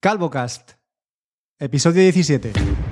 CalvoCast, episodio 17.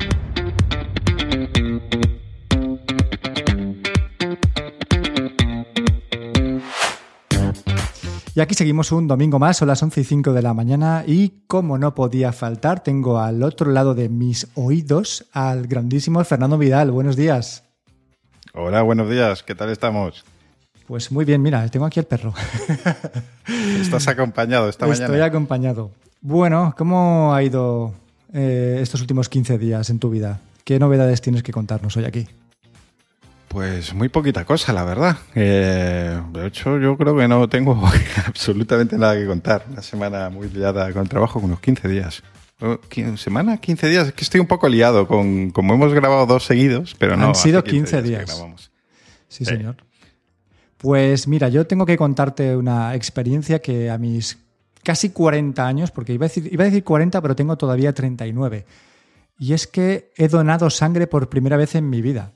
Y aquí seguimos un domingo más, son las 11:05 de la mañana y como no podía faltar, tengo al otro lado de mis oídos al grandísimo Fernando Vidal. Buenos días. Hola, buenos días. ¿Qué tal estamos? Pues muy bien, mira, tengo aquí el perro. ¿Estás acompañado esta mañana? Estoy acompañado. Bueno, ¿cómo ha ido estos últimos 15 días en tu vida? ¿Qué novedades tienes que contarnos hoy aquí? Pues muy poquita cosa, la verdad. De hecho, yo creo que no tengo absolutamente nada que contar. Una semana muy liada con el trabajo, unos 15 días. ¿Semana? ¿15 días? Es que estoy un poco liado como hemos grabado dos seguidos, pero no. Han sido 15 días. Sí, señor. Pues mira, yo tengo que contarte una experiencia que a mis casi 40 años, porque iba a decir 40, pero tengo todavía 39. Y es que he donado sangre por primera vez en mi vida.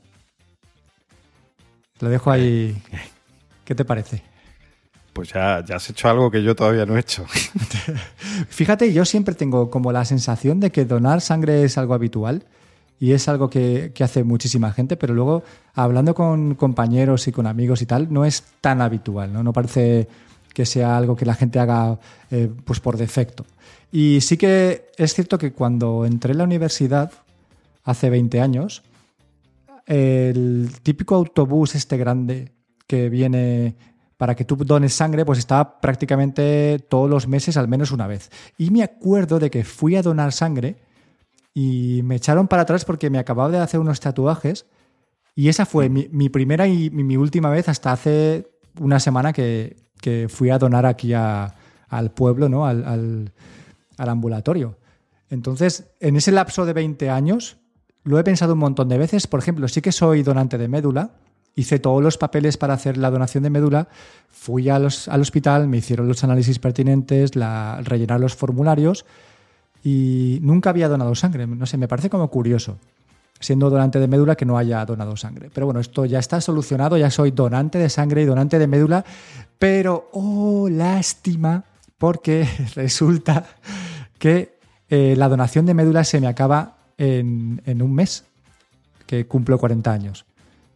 Lo dejo ahí. ¿Qué te parece? Pues ya has hecho algo que yo todavía no he hecho. Fíjate, yo siempre tengo como la sensación de que donar sangre es algo habitual y es algo que hace muchísima gente, pero luego hablando con compañeros y con amigos y tal, no es tan habitual, ¿no? No parece que sea algo que la gente haga pues por defecto. Y sí que es cierto que cuando entré en la universidad hace 20 años, el típico autobús este grande que viene para que tú dones sangre, pues estaba prácticamente todos los meses al menos una vez. Y me acuerdo de que fui a donar sangre y me echaron para atrás porque me acababa de hacer unos tatuajes y esa fue mi primera y mi última vez hasta hace una semana que fui a donar aquí al pueblo, ¿no? al ambulatorio. Entonces, en ese lapso de 20 años lo he pensado un montón de veces. Por ejemplo, sí que soy donante de médula. Hice todos los papeles para hacer la donación de médula. Fui al hospital, me hicieron los análisis pertinentes, rellenar los formularios y nunca había donado sangre. No sé, me parece como curioso, siendo donante de médula, que no haya donado sangre. Pero bueno, esto ya está solucionado. Ya soy donante de sangre y donante de médula. Pero, lástima, porque resulta que la donación de médula se me acaba en un mes, que cumplo 40 años.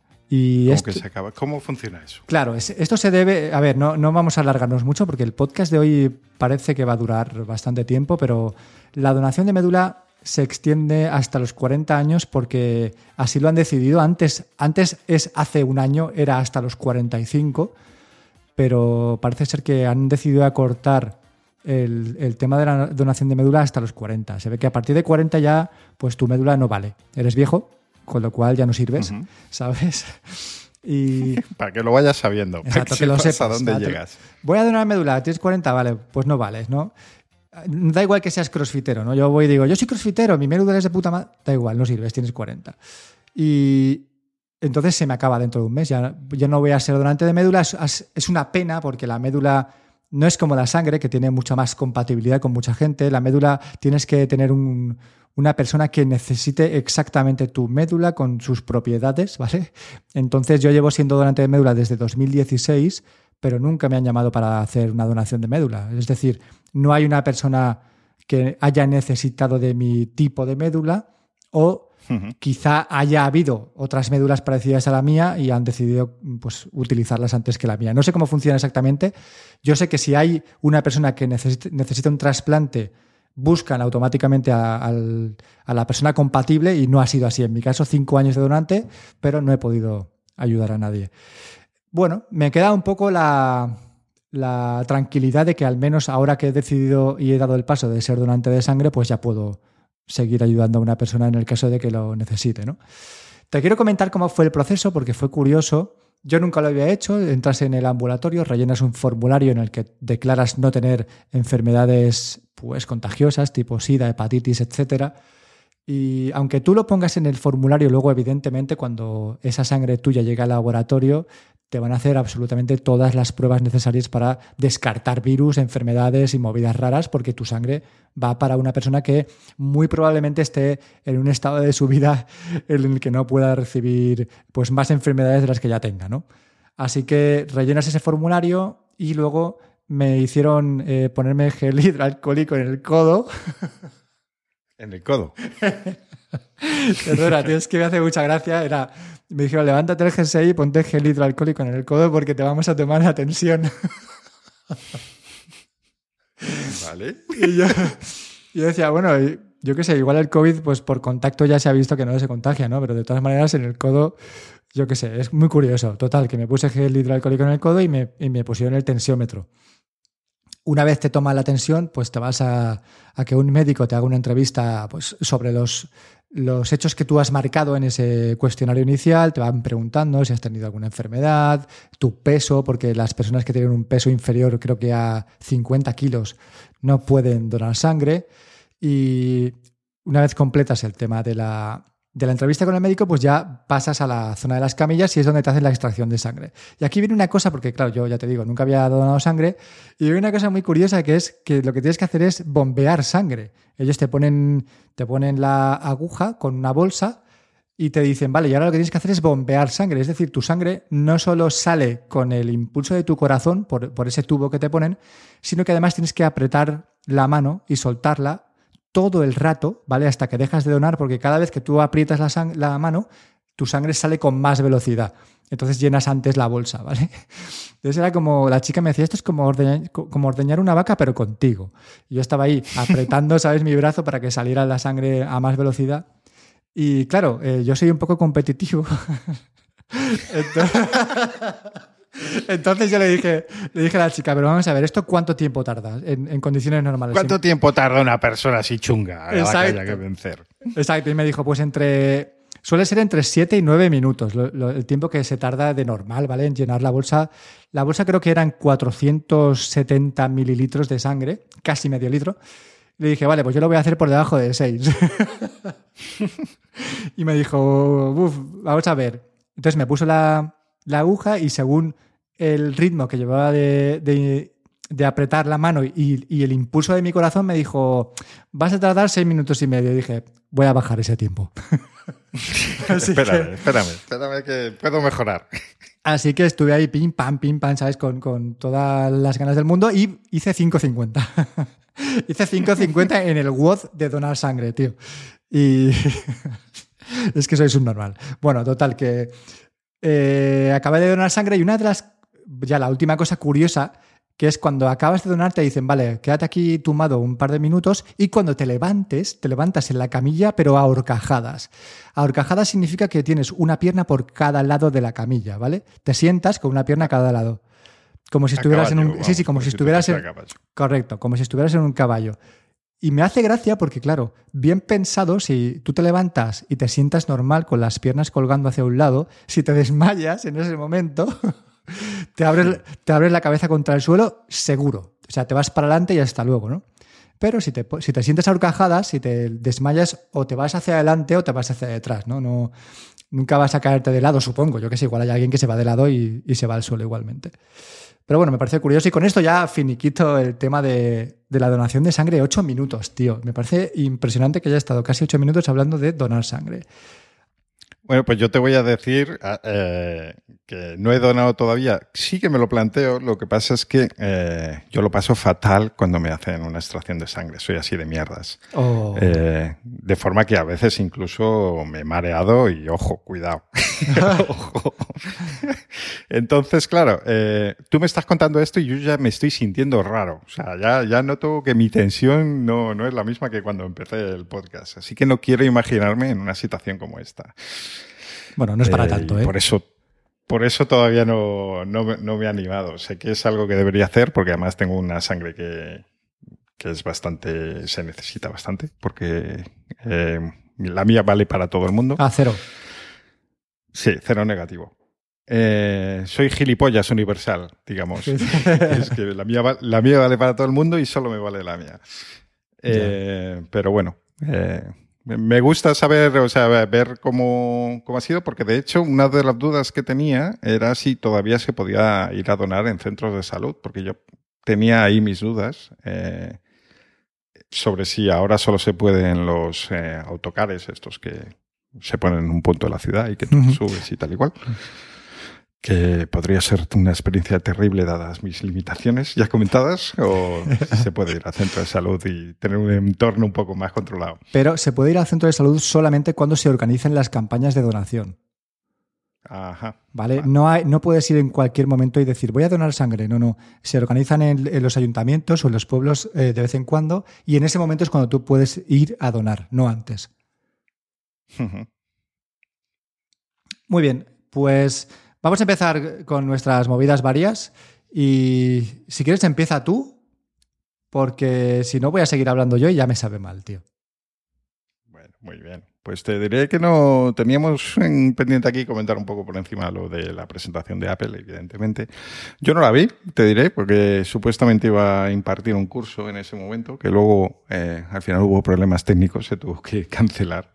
Y ¿Cómo esto, que se acaba? ¿Cómo funciona eso? Claro, esto se debe... A ver, no vamos a alargarnos mucho porque el podcast de hoy parece que va a durar bastante tiempo, pero la donación de médula se extiende hasta los 40 años porque así lo han decidido. Antes hace un año, era hasta los 45, pero parece ser que han decidido acortar el tema de la donación de médula hasta los 40. Se ve que a partir de 40 ya, pues tu médula no vale. Eres viejo, con lo cual ya no sirves, ¿sabes? Y para que lo vayas sabiendo. Exacto, que lo sepas. ¿A dónde llegas? Voy a donar médula, tienes 40, vale, pues no vales, ¿no? Da igual que seas crossfitero, ¿no? Yo voy y digo, yo soy crossfitero, mi médula es de puta madre. Da igual, no sirves, tienes 40. Y entonces se me acaba dentro de un mes. Ya no voy a ser donante de médula. Es una pena porque la médula no es como la sangre, que tiene mucha más compatibilidad con mucha gente. La médula tienes que tener una persona que necesite exactamente tu médula con sus propiedades, ¿vale? Entonces yo llevo siendo donante de médula desde 2016, pero nunca me han llamado para hacer una donación de médula. Es decir, no hay una persona que haya necesitado de mi tipo de médula o quizá haya habido otras médulas parecidas a la mía y han decidido pues, utilizarlas antes que la mía. No sé cómo funciona exactamente. Yo sé que si hay una persona que necesita un trasplante, buscan automáticamente a la persona compatible y no ha sido así. En mi caso, 5 años de donante, pero no he podido ayudar a nadie. Bueno, me queda un poco la tranquilidad de que al menos ahora que he decidido y he dado el paso de ser donante de sangre, pues ya puedo seguir ayudando a una persona en el caso de que lo necesite, ¿no? Te quiero comentar cómo fue el proceso porque fue curioso. Yo nunca lo había hecho. Entras en el ambulatorio, rellenas un formulario en el que declaras no tener enfermedades pues, contagiosas, tipo SIDA, hepatitis, etcétera. Y aunque tú lo pongas en el formulario, luego evidentemente cuando esa sangre tuya llega al laboratorio, te van a hacer absolutamente todas las pruebas necesarias para descartar virus, enfermedades y movidas raras, porque tu sangre va para una persona que muy probablemente esté en un estado de su vida en el que no pueda recibir pues, más enfermedades de las que ya tenga, ¿no? Así que rellenas ese formulario y luego me hicieron ponerme gel hidroalcohólico en el codo. ¿En el codo? Perdona, tío, es que me hace mucha gracia. Me dijeron, levántate el jersey y ponte gel hidroalcohólico en el codo porque te vamos a tomar la tensión. Vale. Y yo decía, bueno, yo qué sé, igual el COVID, pues por contacto ya se ha visto que no se contagia, ¿no? Pero de todas maneras en el codo, yo qué sé, es muy curioso. Total, que me puse gel hidroalcohólico en el codo y me pusieron el tensiómetro. Una vez te toman la tensión, pues te vas a que un médico te haga una entrevista pues, sobre los hechos que tú has marcado en ese cuestionario inicial. Te van preguntando si has tenido alguna enfermedad, tu peso, porque las personas que tienen un peso inferior, creo que a 50 kilos, no pueden donar sangre. Y una vez completas el tema de la entrevista con el médico, pues ya pasas a la zona de las camillas y es donde te hacen la extracción de sangre. Y aquí viene una cosa, porque claro, yo ya te digo, nunca había donado sangre, y viene una cosa muy curiosa que es que lo que tienes que hacer es bombear sangre. Ellos te ponen la aguja con una bolsa y te dicen, vale, y ahora lo que tienes que hacer es bombear sangre. Es decir, tu sangre no solo sale con el impulso de tu corazón por ese tubo que te ponen, sino que además tienes que apretar la mano y soltarla todo el rato, ¿vale? Hasta que dejas de donar, porque cada vez que tú aprietas la mano, tu sangre sale con más velocidad. Entonces llenas antes la bolsa, ¿vale? Entonces era como, la chica me decía, esto es como ordeñar una vaca, pero contigo. Y yo estaba ahí apretando, ¿sabes? Mi brazo para que saliera la sangre a más velocidad. Y claro, yo soy un poco competitivo. Entonces yo le dije a la chica, pero vamos a ver, ¿esto cuánto tiempo tarda en condiciones normales? ¿Cuánto tiempo tarda una persona así chunga a la que haya que vencer? Exacto, y me dijo, pues suele ser entre 7 y 9 minutos el tiempo que se tarda de normal, ¿vale? En llenar la bolsa. La bolsa creo que eran 470 mililitros de sangre, casi medio litro. Le dije, vale, pues yo lo voy a hacer por debajo de 6. Y me dijo, vamos a ver. Entonces me puso la aguja y según el ritmo que llevaba de apretar la mano y el impulso de mi corazón me dijo, vas a tardar 6 minutos y medio. Y dije, voy a bajar ese tiempo. Espérame que puedo mejorar. Así que estuve ahí pim, pam, ¿sabes? Con todas las ganas del mundo y hice 5.50. Hice 5.50 en el WOD de donar sangre, tío. Y es que soy subnormal. Bueno, total, que acabé de donar sangre y la última cosa curiosa, que es cuando acabas de donar te dicen, vale, quédate aquí tumbado un par de minutos y cuando te levantas en la camilla, pero a horcajadas. A horcajadas significa que tienes una pierna por cada lado de la camilla, ¿vale? Te sientas con una pierna a cada lado. Como si estuvieras en un... Vamos, sí, como si estuvieras en... Correcto, como si estuvieras en un caballo. Y me hace gracia porque, claro, bien pensado, si tú te levantas y te sientas normal con las piernas colgando hacia un lado, si te desmayas en ese momento, te abres la cabeza contra el suelo, seguro. O sea, te vas para adelante y hasta luego, ¿no? Pero si te sientes a horcajadas, si te desmayas, o te vas hacia adelante o te vas hacia detrás, ¿no? Nunca vas a caerte de lado, supongo. Yo que sé, igual hay alguien que se va de lado y se va al suelo igualmente. Pero bueno, me parece curioso y con esto ya finiquito el tema de la donación de sangre. 8 minutos, tío. Me parece impresionante que haya estado casi 8 minutos hablando de donar sangre. Bueno, pues yo te voy a decir que no he donado todavía. Sí que me lo planteo. Lo que pasa es que yo lo paso fatal cuando me hacen una extracción de sangre. Soy así de mierdas. Oh. De forma que a veces incluso me he mareado y ojo, cuidado. Ojo. Entonces, claro, tú me estás contando esto y yo ya me estoy sintiendo raro. O sea, ya noto que mi tensión no es la misma que cuando empecé el podcast. Así que no quiero imaginarme en una situación como esta. Bueno, no es para tanto, ¿eh? Por eso todavía no me he animado. Sé que es algo que debería hacer porque además tengo una sangre que es bastante... Se necesita bastante porque la mía vale para todo el mundo. Ah, 0. Sí, 0 negativo. Soy gilipollas universal, digamos. Es que la mía vale para todo el mundo y solo me vale la mía. Pero bueno... me gusta saber, o sea, ver cómo ha sido, porque de hecho una de las dudas que tenía era si todavía se podía ir a donar en centros de salud, porque yo tenía ahí mis dudas sobre si ahora solo se puede en los autocares estos que se ponen en un punto de la ciudad y que tú subes y tal y cual. que podría ser una experiencia terrible dadas mis limitaciones ya comentadas, o se puede ir al centro de salud y tener un entorno un poco más controlado. Pero se puede ir al centro de salud solamente cuando se organicen las campañas de donación. Ajá. ¿Vale? No puedes ir en cualquier momento y decir voy a donar sangre. No. Se organizan en los ayuntamientos o en los pueblos de vez en cuando, y en ese momento es cuando tú puedes ir a donar, no antes. Muy bien, pues vamos a empezar con nuestras movidas varias, y si quieres empieza tú, porque si no voy a seguir hablando yo y ya me sabe mal, tío. Bueno, muy bien. Pues te diré que no teníamos en pendiente aquí comentar un poco por encima lo de la presentación de Apple, evidentemente. Yo no la vi, te diré, porque supuestamente iba a impartir un curso en ese momento, que luego al final hubo problemas técnicos, se tuvo que cancelar.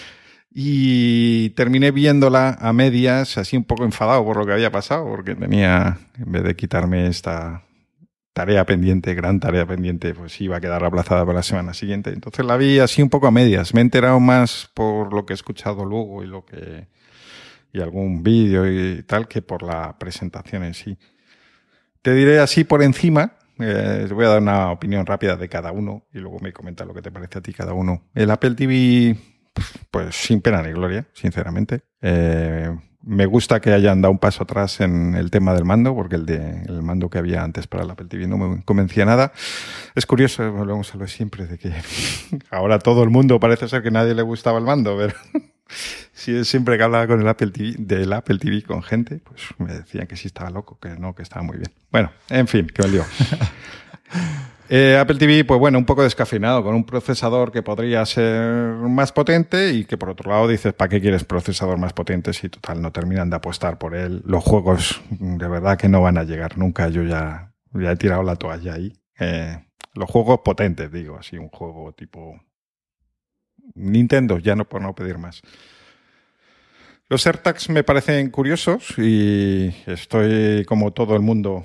Y terminé viéndola a medias, así un poco enfadado por lo que había pasado, porque tenía, en vez de quitarme esta tarea pendiente, gran tarea pendiente, pues iba a quedar aplazada para la semana siguiente. Entonces la vi así un poco a medias. Me he enterado más por lo que he escuchado luego y algún vídeo y tal, que por la presentación en sí. Te diré así por encima. Te voy a dar una opinión rápida de cada uno y luego me comenta lo que te parece a ti cada uno. El Apple TV, pues sin pena ni gloria, sinceramente. Me gusta que hayan dado un paso atrás en el tema del mando, porque el mando que había antes para el Apple TV no me convencía nada. Es curioso, volvemos a lo de siempre, de que ahora todo el mundo parece ser que nadie le gustaba el mando, pero sí, siempre que hablaba con el Apple TV, del Apple TV con gente, pues me decían que sí estaba loco, que no, que estaba muy bien. Bueno, en fin, que me lío. Apple TV, pues bueno, un poco descafeinado, con un procesador que podría ser más potente y que por otro lado dices, ¿para qué quieres procesador más potente si total no terminan de apostar por él? Los juegos de verdad que no van a llegar nunca, yo ya he tirado la toalla ahí. Los juegos potentes, digo, así un juego tipo Nintendo, ya no por no pedir más. Los AirTags me parecen curiosos y estoy como todo el mundo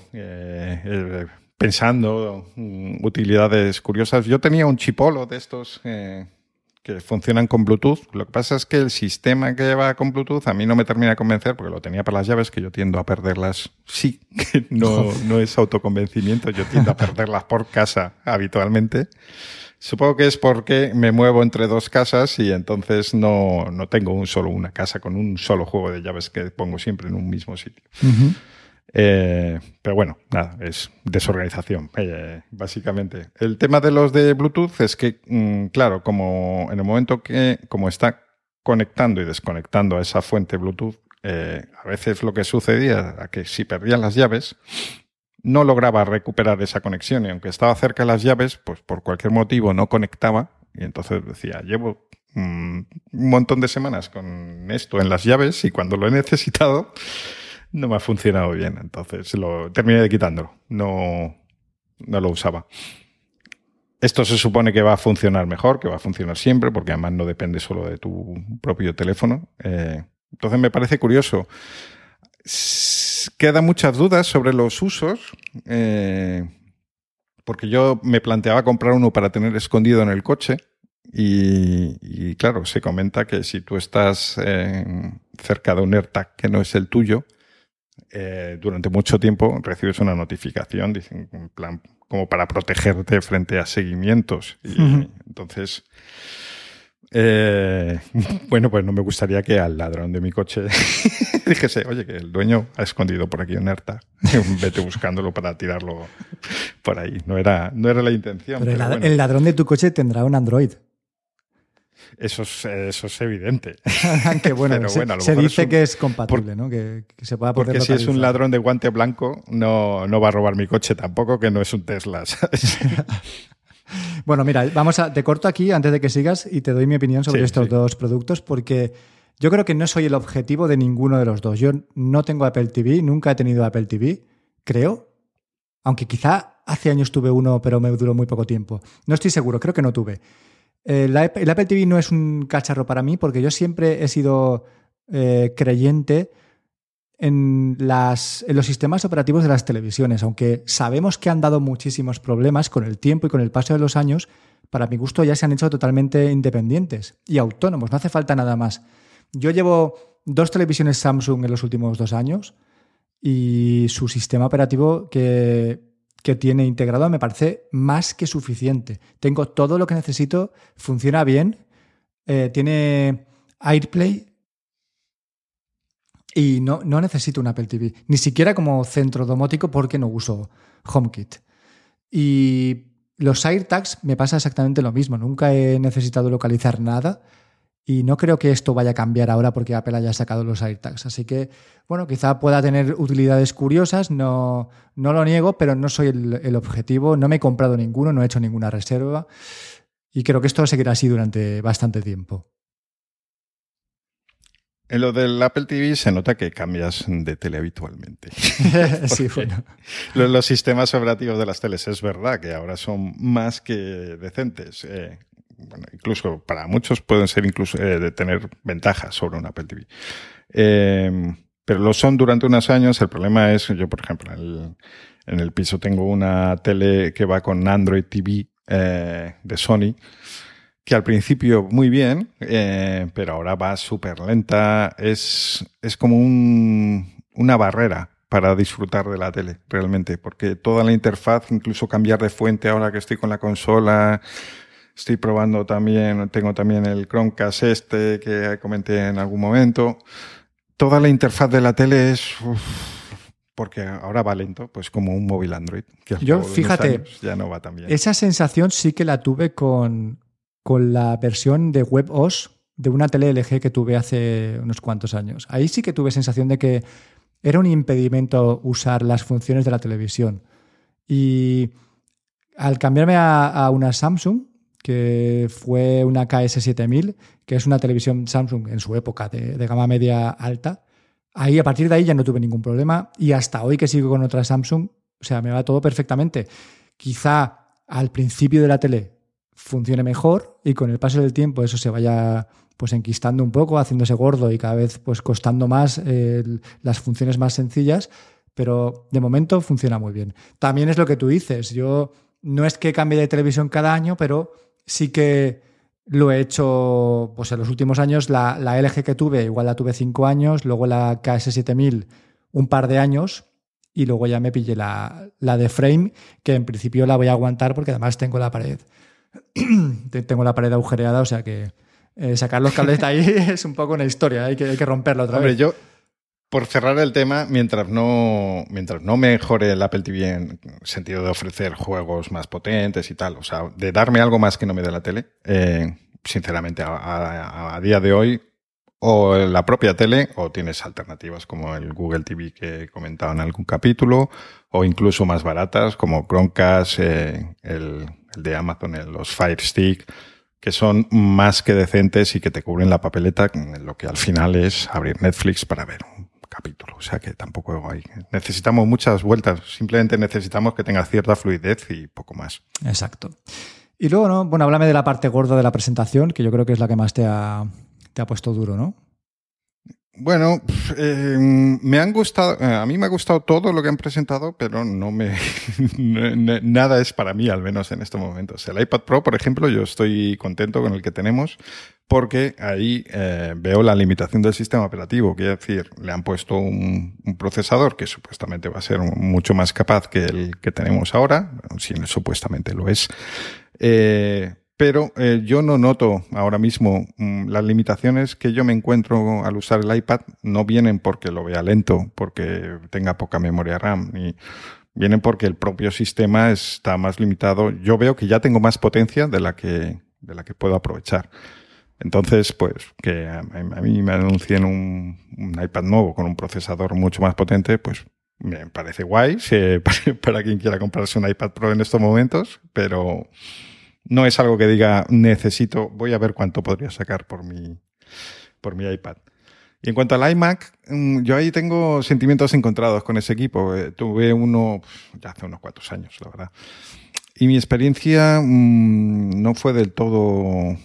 pensando utilidades curiosas. Yo tenía un chipolo de estos que funcionan con Bluetooth. Lo que pasa es que el sistema que va con Bluetooth a mí no me termina de convencer porque lo tenía para las llaves, que yo tiendo a perderlas. Sí, que no es autoconvencimiento, yo tiendo a perderlas por casa habitualmente. Supongo que es porque me muevo entre dos casas y entonces no tengo una casa con un solo juego de llaves que pongo siempre en un mismo sitio. Uh-huh. Pero bueno, nada, es desorganización, básicamente. El tema de los de Bluetooth es que, claro, como en el momento que como está conectando y desconectando a esa fuente Bluetooth, a veces lo que sucedía es que si perdían las llaves, no lograba recuperar esa conexión y aunque estaba cerca de las llaves, pues por cualquier motivo no conectaba y entonces decía, llevo un montón de semanas con esto en las llaves y cuando lo he necesitado no me ha funcionado bien, entonces lo terminé de quitándolo, no lo usaba. Esto se supone que va a funcionar mejor, que va a funcionar siempre, porque además no depende solo de tu propio teléfono. Entonces me parece curioso. Quedan muchas dudas sobre los usos, porque yo me planteaba comprar uno para tener escondido en el coche y claro, se comenta que si tú estás cerca de un AirTag que no es el tuyo, durante mucho tiempo recibes una notificación, dicen, en plan, como para protegerte frente a seguimientos. Y entonces, bueno, pues no me gustaría que al ladrón de mi coche dijese, oye, que el dueño ha escondido por aquí un AirTag, vete buscándolo para tirarlo por ahí. No era la intención. Pero bueno. El ladrón de tu coche tendrá un Android. Eso es evidente. Aunque bueno, pero bueno, se dice que es compatible, ¿no? Que se pueda poder porque localizar. Si es un ladrón de guante blanco, no va a robar mi coche tampoco, que no es un Tesla, ¿sabes? Bueno, mira, te corto aquí antes de que sigas y te doy mi opinión sobre estos dos productos, porque yo creo que no soy el objetivo de ninguno de los dos. Yo no tengo Apple TV, nunca he tenido Apple TV, creo. Aunque quizá hace años tuve uno, pero me duró muy poco tiempo. No estoy seguro, creo que no tuve. El Apple TV no es un cacharro para mí porque yo siempre he sido creyente en los sistemas operativos de las televisiones, aunque sabemos que han dado muchísimos problemas con el tiempo y con el paso de los años. Para mi gusto ya se han hecho totalmente independientes y autónomos, no hace falta nada más. Yo llevo 2 televisiones Samsung en los últimos 2 años y su sistema operativo que tiene integrado me parece más que suficiente. Tengo todo lo que necesito, funciona bien, tiene AirPlay y no necesito un Apple TV, ni siquiera como centro domótico porque no uso HomeKit. Y los AirTags me pasa exactamente lo mismo, nunca he necesitado localizar nada y no creo que esto vaya a cambiar ahora porque Apple haya sacado los AirTags. Así que, bueno, quizá pueda tener utilidades curiosas, no lo niego, pero no soy el objetivo, no me he comprado ninguno, no he hecho ninguna reserva y creo que esto seguirá así durante bastante tiempo. En lo del Apple TV se nota que cambias de tele habitualmente. Sí, bueno. Los sistemas operativos de las teles es verdad que ahora son más que decentes. Bueno, incluso para muchos pueden ser incluso de tener ventajas sobre un Apple TV. Pero lo son durante unos años. El problema es, yo por ejemplo, en el piso tengo una tele que va con Android TV de Sony, que al principio muy bien, pero ahora va súper lenta. Es como una barrera para disfrutar de la tele, realmente, porque toda la interfaz, incluso cambiar de fuente ahora que estoy con la consola, estoy probando también, tengo también el Chromecast que comenté en algún momento. Toda la interfaz de la tele es... porque ahora va lento, pues como un móvil Android. Que yo, fíjate, ya no va tan bien. Esa sensación sí que la tuve con la versión de WebOS de una tele LG que tuve hace unos cuantos años. Ahí sí que tuve sensación de que era un impedimento usar las funciones de la televisión. Y al cambiarme a una Samsung, que fue una KS7000, que es una televisión Samsung en su época de gama media alta, ahí a partir de ahí ya no tuve ningún problema y hasta hoy que sigo con otra Samsung, o sea, me va todo perfectamente. Quizá al principio de la tele funcione mejor y con el paso del tiempo eso se vaya pues enquistando un poco, haciéndose gordo y cada vez pues costando más las funciones más sencillas, pero de momento funciona muy bien. También es lo que tú dices, yo no es que cambie de televisión cada año, pero sí que lo he hecho pues en los últimos años. La LG que tuve, igual la tuve 5 años, luego la KS7000 un par de años y luego ya me pillé la de Frame, que en principio la voy a aguantar porque además tengo la pared agujereada, o sea que sacar los cables de ahí es un poco una historia, hay que romperlo otra vez. Yo, por cerrar el tema, mientras no mejore el Apple TV en sentido de ofrecer juegos más potentes y tal, o sea, de darme algo más que no me dé la tele, sinceramente, a día de hoy, o la propia tele, o tienes alternativas como el Google TV que he comentado en algún capítulo, o incluso más baratas como Chromecast, el de Amazon, los Fire Stick, que son más que decentes y que te cubren la papeleta, lo que al final es abrir Netflix para ver un capítulo. O sea que tampoco necesitamos muchas vueltas, simplemente necesitamos que tenga cierta fluidez y poco más. Exacto. Y luego, ¿no? Bueno, háblame de la parte gorda de la presentación, que yo creo que es la que más te ha puesto duro, ¿no? Bueno, me han gustado, a mí me ha gustado todo lo que han presentado, pero nada es para mí, al menos en estos momentos. El iPad Pro, por ejemplo, yo estoy contento con el que tenemos porque ahí veo la limitación del sistema operativo. Quiero decir, le han puesto un procesador que supuestamente va a ser mucho más capaz que el que tenemos ahora, si supuestamente lo es. Pero yo no noto ahora mismo las limitaciones que yo me encuentro al usar el iPad. No vienen porque lo vea lento, porque tenga poca memoria RAM, ni vienen porque el propio sistema está más limitado. Yo veo que ya tengo más potencia de la que puedo aprovechar. Entonces, pues, que a mí me anuncien un iPad nuevo con un procesador mucho más potente, pues me parece guay para quien quiera comprarse un iPad Pro en estos momentos, pero no es algo que diga voy a ver cuánto podría sacar por mi iPad. Y en cuanto al iMac, yo ahí tengo sentimientos encontrados con ese equipo. Tuve uno ya hace unos cuantos años, la verdad. Y mi experiencia no fue del todo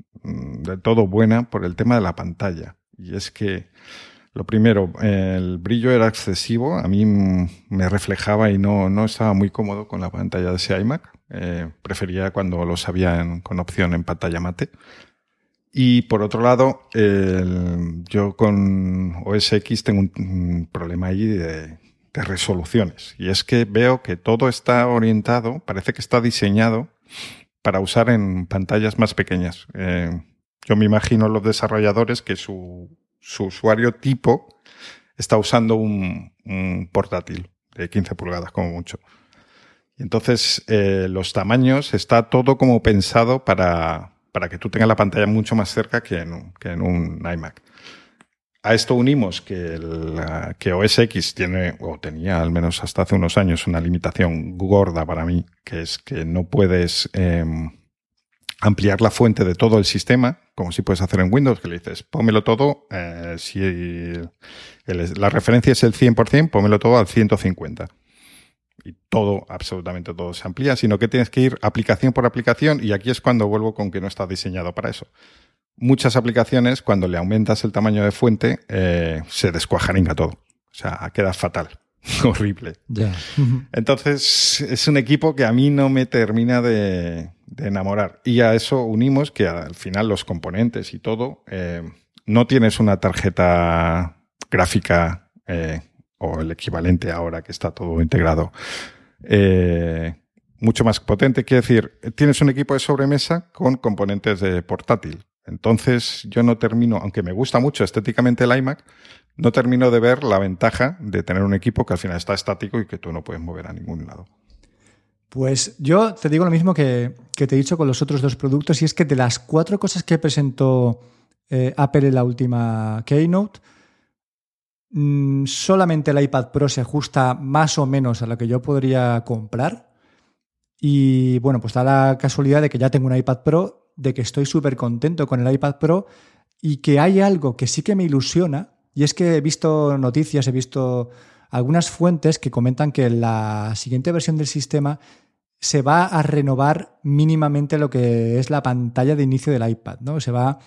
buena por el tema de la pantalla. Y es que, lo primero, el brillo era excesivo. A mí me reflejaba y no estaba muy cómodo con la pantalla de ese iMac. Prefería cuando los había con opción en pantalla mate. Y por otro lado, yo con OS X tengo un problema ahí resoluciones. Y es que veo que todo está orientado, parece que está diseñado para usar en pantallas más pequeñas. Yo me imagino los desarrolladores que su usuario tipo está usando un portátil de 15 pulgadas como mucho. Y entonces los tamaños está todo como pensado para que tú tengas la pantalla mucho más cerca que en un iMac. A esto unimos que OS X tiene, o tenía al menos hasta hace unos años, una limitación gorda para mí, que es que no puedes ampliar la fuente de todo el sistema, como si puedes hacer en Windows, que le dices, pónmelo todo, si la referencia es el 100%, pónmelo todo al 150%. Y todo, absolutamente todo se amplía, sino que tienes que ir aplicación por aplicación, y aquí es cuando vuelvo con que no está diseñado para eso. Muchas aplicaciones, cuando le aumentas el tamaño de fuente, se descuajaringa todo. O sea, queda fatal. Horrible. Yeah. Entonces, es un equipo que a mí no me termina de enamorar. Y a eso unimos que al final los componentes y todo, no tienes una tarjeta gráfica o el equivalente ahora que está todo integrado mucho más potente. Quiero decir, tienes un equipo de sobremesa con componentes de portátil. Entonces yo no termino, aunque me gusta mucho estéticamente el iMac, no termino de ver la ventaja de tener un equipo que al final está estático y que tú no puedes mover a ningún lado. Pues yo te digo lo mismo que te he dicho con los otros dos productos, y es que de las 4 cosas que presentó Apple en la última Keynote, solamente el iPad Pro se ajusta más o menos a lo que yo podría comprar. Y bueno, pues da la casualidad de que ya tengo un iPad Pro, de que estoy súper contento con el iPad Pro, y que hay algo que sí que me ilusiona, y es que he visto noticias, he visto algunas fuentes que comentan que la siguiente versión del sistema se va a renovar mínimamente lo que es la pantalla de inicio del iPad, ¿no? Va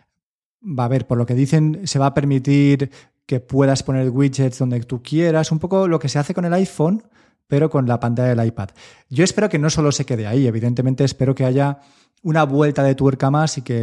a ver, por lo que dicen, se va a permitir que puedas poner widgets donde tú quieras, un poco lo que se hace con el iPhone, pero con la pantalla del iPad. Yo espero que no solo se quede ahí, evidentemente espero que haya una vuelta de tuerca más y que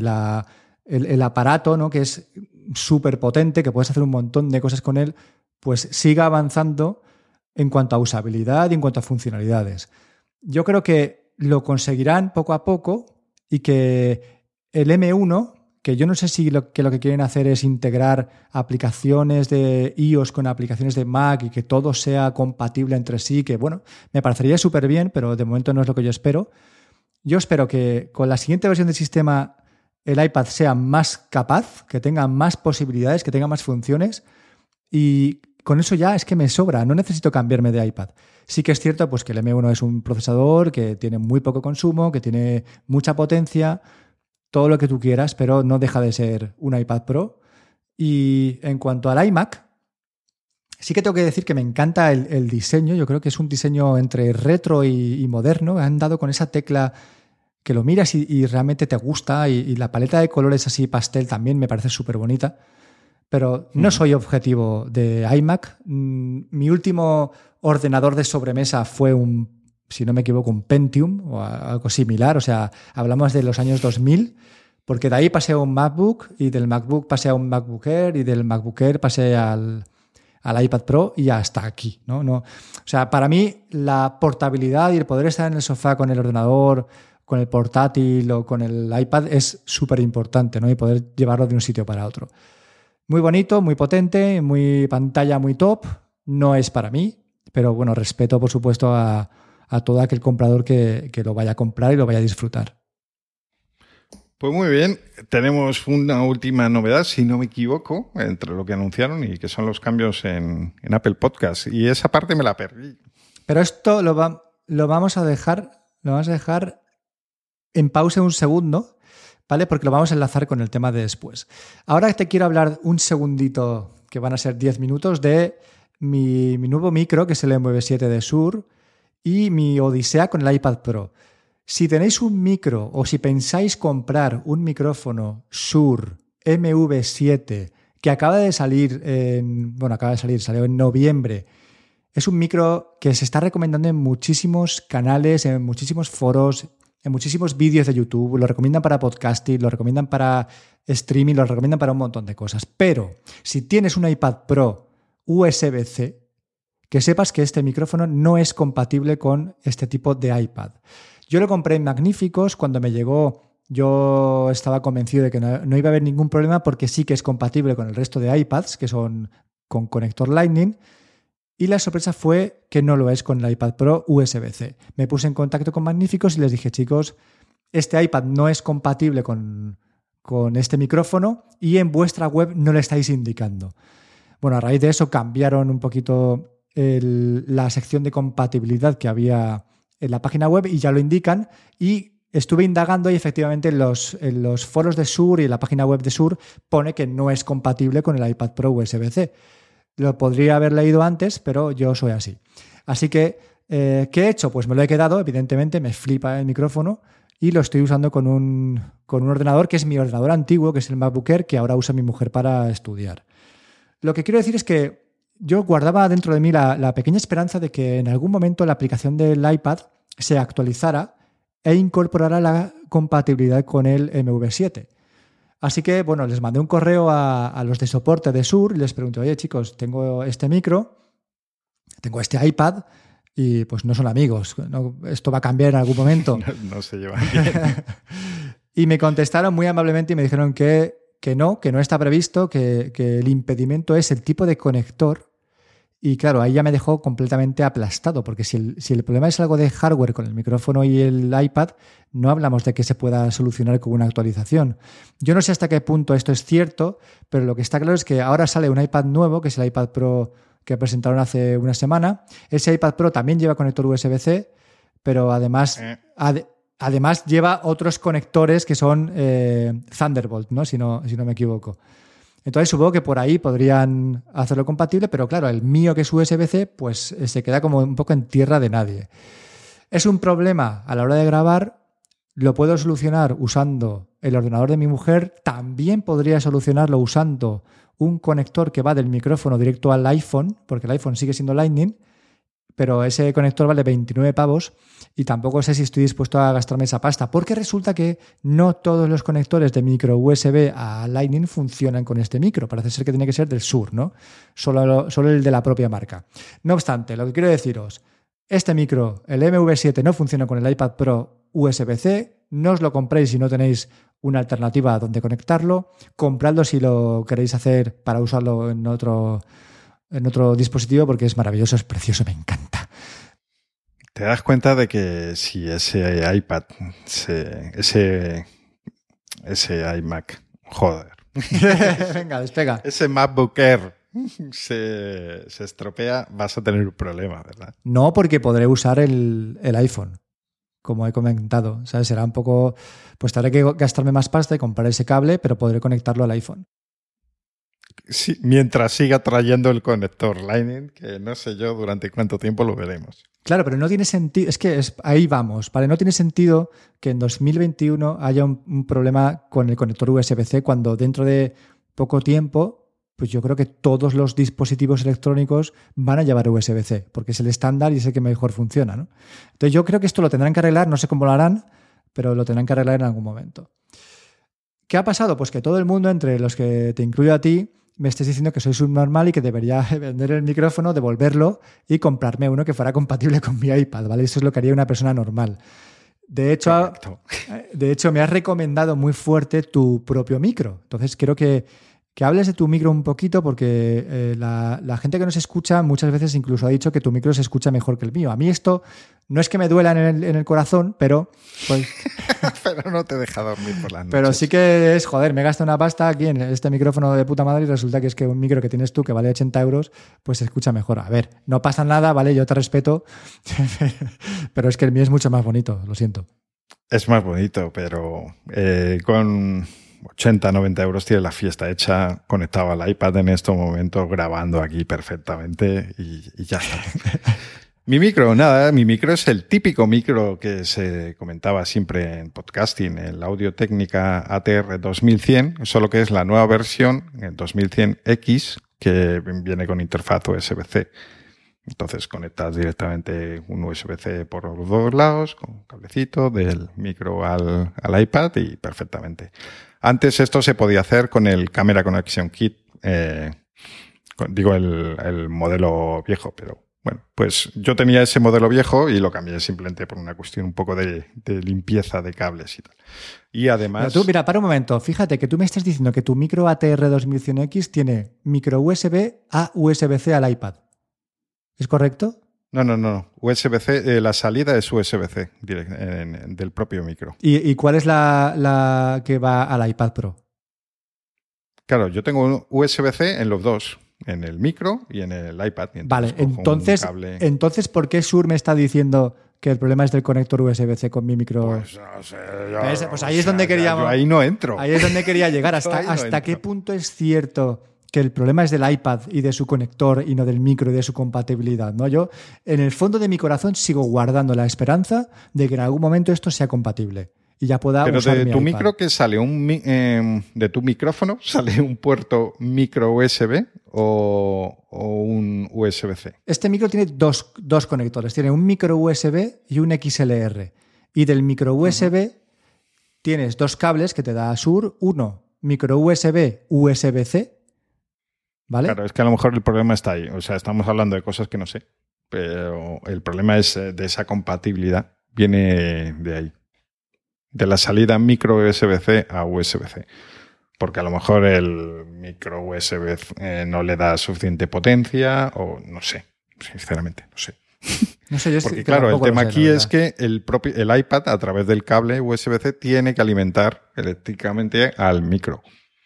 el aparato, ¿no?, que es súper potente, que puedes hacer un montón de cosas con él, pues siga avanzando en cuanto a usabilidad y en cuanto a funcionalidades. Yo creo que lo conseguirán poco a poco, y que el M1, que yo no sé si lo que quieren hacer es integrar aplicaciones de iOS con aplicaciones de Mac y que todo sea compatible entre sí, que bueno, me parecería súper bien, pero de momento no es lo que yo espero. Yo espero que con la siguiente versión del sistema el iPad sea más capaz, que tenga más posibilidades, que tenga más funciones, y con eso ya es que me sobra, no necesito cambiarme de iPad. Sí que es cierto pues, que el M1 es un procesador que tiene muy poco consumo, que tiene mucha potencia, todo lo que tú quieras, pero no deja de ser un iPad Pro. Y en cuanto al iMac, sí que tengo que decir que me encanta el diseño. Yo creo que es un diseño entre retro y moderno. Han dado con esa tecla que lo miras y realmente te gusta, y la paleta de colores así pastel también me parece súper bonita. Pero no soy objetivo de iMac. Mi último ordenador de sobremesa fue si no me equivoco, un Pentium o algo similar. O sea, hablamos de los años 2000, porque de ahí pasé a un MacBook, y del MacBook pasé a un MacBook Air, y del MacBook Air pasé al iPad Pro, y hasta aquí, ¿no? O sea, para mí la portabilidad y el poder estar en el sofá con el ordenador, con el portátil o con el iPad es súper importante, ¿no? Y poder llevarlo de un sitio para otro. Muy bonito, muy potente, muy pantalla muy top. No es para mí, pero bueno, respeto por supuesto a todo aquel comprador que lo vaya a comprar y lo vaya a disfrutar. Pues muy bien, tenemos una última novedad, si no me equivoco, entre lo que anunciaron y que son los cambios en Apple Podcast. Y esa parte me la perdí. Pero esto lo vamos a dejar en pausa un segundo, ¿vale? Porque lo vamos a enlazar con el tema de después. Ahora te quiero hablar un segundito, que van a ser 10 minutos, de mi nuevo micro, que es el MV7 de Shure, y mi odisea con el iPad Pro. Si tenéis un micro o si pensáis comprar un micrófono Shure MV7 que salió en noviembre, es un micro que se está recomendando en muchísimos canales, en muchísimos foros, en muchísimos vídeos de YouTube, lo recomiendan para podcasting, lo recomiendan para streaming, lo recomiendan para un montón de cosas. Pero si tienes un iPad Pro USB-C, que sepas que este micrófono no es compatible con este tipo de iPad. Yo lo compré en Magníficos. Cuando me llegó, yo estaba convencido de que no iba a haber ningún problema porque sí que es compatible con el resto de iPads, que son con conector Lightning. Y la sorpresa fue que no lo es con el iPad Pro USB-C. Me puse en contacto con Magníficos y les dije, chicos, este iPad no es compatible con este micrófono y en vuestra web no le estáis indicando. Bueno, a raíz de eso cambiaron un poquito la sección de compatibilidad que había en la página web y ya lo indican. Y estuve indagando y efectivamente en los foros de Shure y en la página web de Shure pone que no es compatible con el iPad Pro USB-C. Lo podría haber leído antes, pero yo soy así. Así que, ¿qué he hecho? Pues me lo he quedado, evidentemente, me flipa el micrófono y lo estoy usando con un ordenador que es mi ordenador antiguo, que es el MacBook Air, que ahora usa mi mujer para estudiar. Lo que quiero decir es que yo guardaba dentro de mí la pequeña esperanza de que en algún momento la aplicación del iPad se actualizara e incorporara la compatibilidad con el MV7. Así que, bueno, les mandé un correo a los de soporte de Shure y les pregunté, oye, chicos, tengo este micro, tengo este iPad y pues no son amigos. ¿No? Esto va a cambiar en algún momento. No se llevan bien. Y me contestaron muy amablemente y me dijeron que no está previsto, que el impedimento es el tipo de conector. Y claro, ahí ya me dejó completamente aplastado, porque si el problema es algo de hardware con el micrófono y el iPad, no hablamos de que se pueda solucionar con una actualización. Yo no sé hasta qué punto esto es cierto, pero lo que está claro es que ahora sale un iPad nuevo, que es el iPad Pro que presentaron hace una semana. Ese iPad Pro también lleva conector USB-C, pero además lleva otros conectores que son Thunderbolt, ¿no? Si no me equivoco. Entonces supongo que por ahí podrían hacerlo compatible, pero claro, el mío que es USB-C pues se queda como un poco en tierra de nadie. Es un problema a la hora de grabar, lo puedo solucionar usando el ordenador de mi mujer, también podría solucionarlo usando un conector que va del micrófono directo al iPhone, porque el iPhone sigue siendo Lightning, pero ese conector vale 29 pavos y tampoco sé si estoy dispuesto a gastarme esa pasta, porque resulta que no todos los conectores de micro USB a Lightning funcionan con este micro. Parece ser que tiene que ser del Shure, ¿no? Solo el de la propia marca. No obstante, lo que quiero deciros, este micro, el MV7, no funciona con el iPad Pro USB-C. No os lo compréis si no tenéis una alternativa donde conectarlo. Compradlo si lo queréis hacer para usarlo en otro dispositivo, porque es maravilloso, es precioso, me encanta. Te das cuenta de que si ese iPad, ese iMac, joder. Venga, despega. Ese MacBook Air se estropea, vas a tener un problema, ¿verdad? No, porque podré usar el iPhone, como he comentado. ¿Sabes? Será un poco... Pues tendré que gastarme más pasta y comprar ese cable, pero podré conectarlo al iPhone. Sí, mientras siga trayendo el conector Lightning, que no sé yo durante cuánto tiempo lo veremos. Claro, pero no tiene sentido, ahí vamos, ¿vale? No tiene sentido que en 2021 haya un problema con el conector USB-C cuando dentro de poco tiempo, pues yo creo que todos los dispositivos electrónicos van a llevar USB-C, porque es el estándar y es el que mejor funciona, ¿no? Entonces yo creo que esto lo tendrán que arreglar, no sé cómo lo harán, pero lo tendrán que arreglar en algún momento. ¿Qué ha pasado? Pues que todo el mundo, entre los que te incluyo a ti, me estés diciendo que soy subnormal y que debería vender el micrófono, devolverlo y comprarme uno que fuera compatible con mi iPad, ¿vale? Eso es lo que haría una persona normal. De hecho, me has recomendado muy fuerte tu propio micro. Entonces, quiero que hables de tu micro un poquito porque la gente que nos escucha muchas veces incluso ha dicho que tu micro se escucha mejor que el mío. A mí esto no es que me duela en el corazón, pero... Pues, pero no te deja dormir por las noches. Pero sí que es, joder, me gasto una pasta aquí en este micrófono de puta madre y resulta que es que un micro que tienes tú que vale 80 euros, pues se escucha mejor. A ver, no pasa nada, ¿vale? Yo te respeto, pero es que el mío es mucho más bonito, lo siento. Es más bonito, pero con 80, 90 euros tiene la fiesta hecha, conectado al iPad en estos momentos, grabando aquí perfectamente y ya está. Mi micro es el típico micro que se comentaba siempre en podcasting, el Audio-Técnica ATR 2100, solo que es la nueva versión, el 2100X, que viene con interfaz USB-C. Entonces conectas directamente un USB-C por los dos lados, con un cablecito del micro al iPad y perfectamente. Antes esto se podía hacer con el Camera Connection Kit, el modelo viejo, pero Bueno, pues yo tenía ese modelo viejo y lo cambié simplemente por una cuestión un poco de limpieza de cables y tal. Y además... Pero tú, mira, para un momento, fíjate que tú me estás diciendo que tu micro ATR 2100X tiene micro USB a USB-C al iPad. ¿Es correcto? No. USB-C, la salida es USB-C del propio micro. ¿Y cuál es la que va al iPad Pro? Claro, yo tengo un USB-C en los dos, en el micro y en el iPad. Vale, entonces, ¿por qué Shure me está diciendo que el problema es del conector USB-C con mi micro? Pues no sé. Pues ahí es donde queríamos. Yo ahí no entro. Ahí es donde quería llegar. ¿Hasta qué punto es cierto que el problema es del iPad y de su conector y no del micro y de su compatibilidad? ¿No? Yo, en el fondo de mi corazón, sigo guardando la esperanza de que en algún momento esto sea compatible y ya pueda Pero usar de mi tu iPad. micro que sale de tu micrófono sale un puerto micro USB o un USB-C. Este micro tiene dos conectores. Tiene un micro USB y un XLR. Y del micro USB tienes dos cables que te da Shure. Uno, micro USB, USB-C. ¿Vale? Claro, es que a lo mejor el problema está ahí. O sea, estamos hablando de cosas que no sé. Pero el problema es de esa compatibilidad. Viene de ahí. De la salida micro USB-C a USB-C. Porque a lo mejor el micro USB no le da suficiente potencia o no sé. Sinceramente, no sé. No sé, yo porque claro, el tema aquí es que el iPad a través del cable USB-C tiene que alimentar eléctricamente al micro.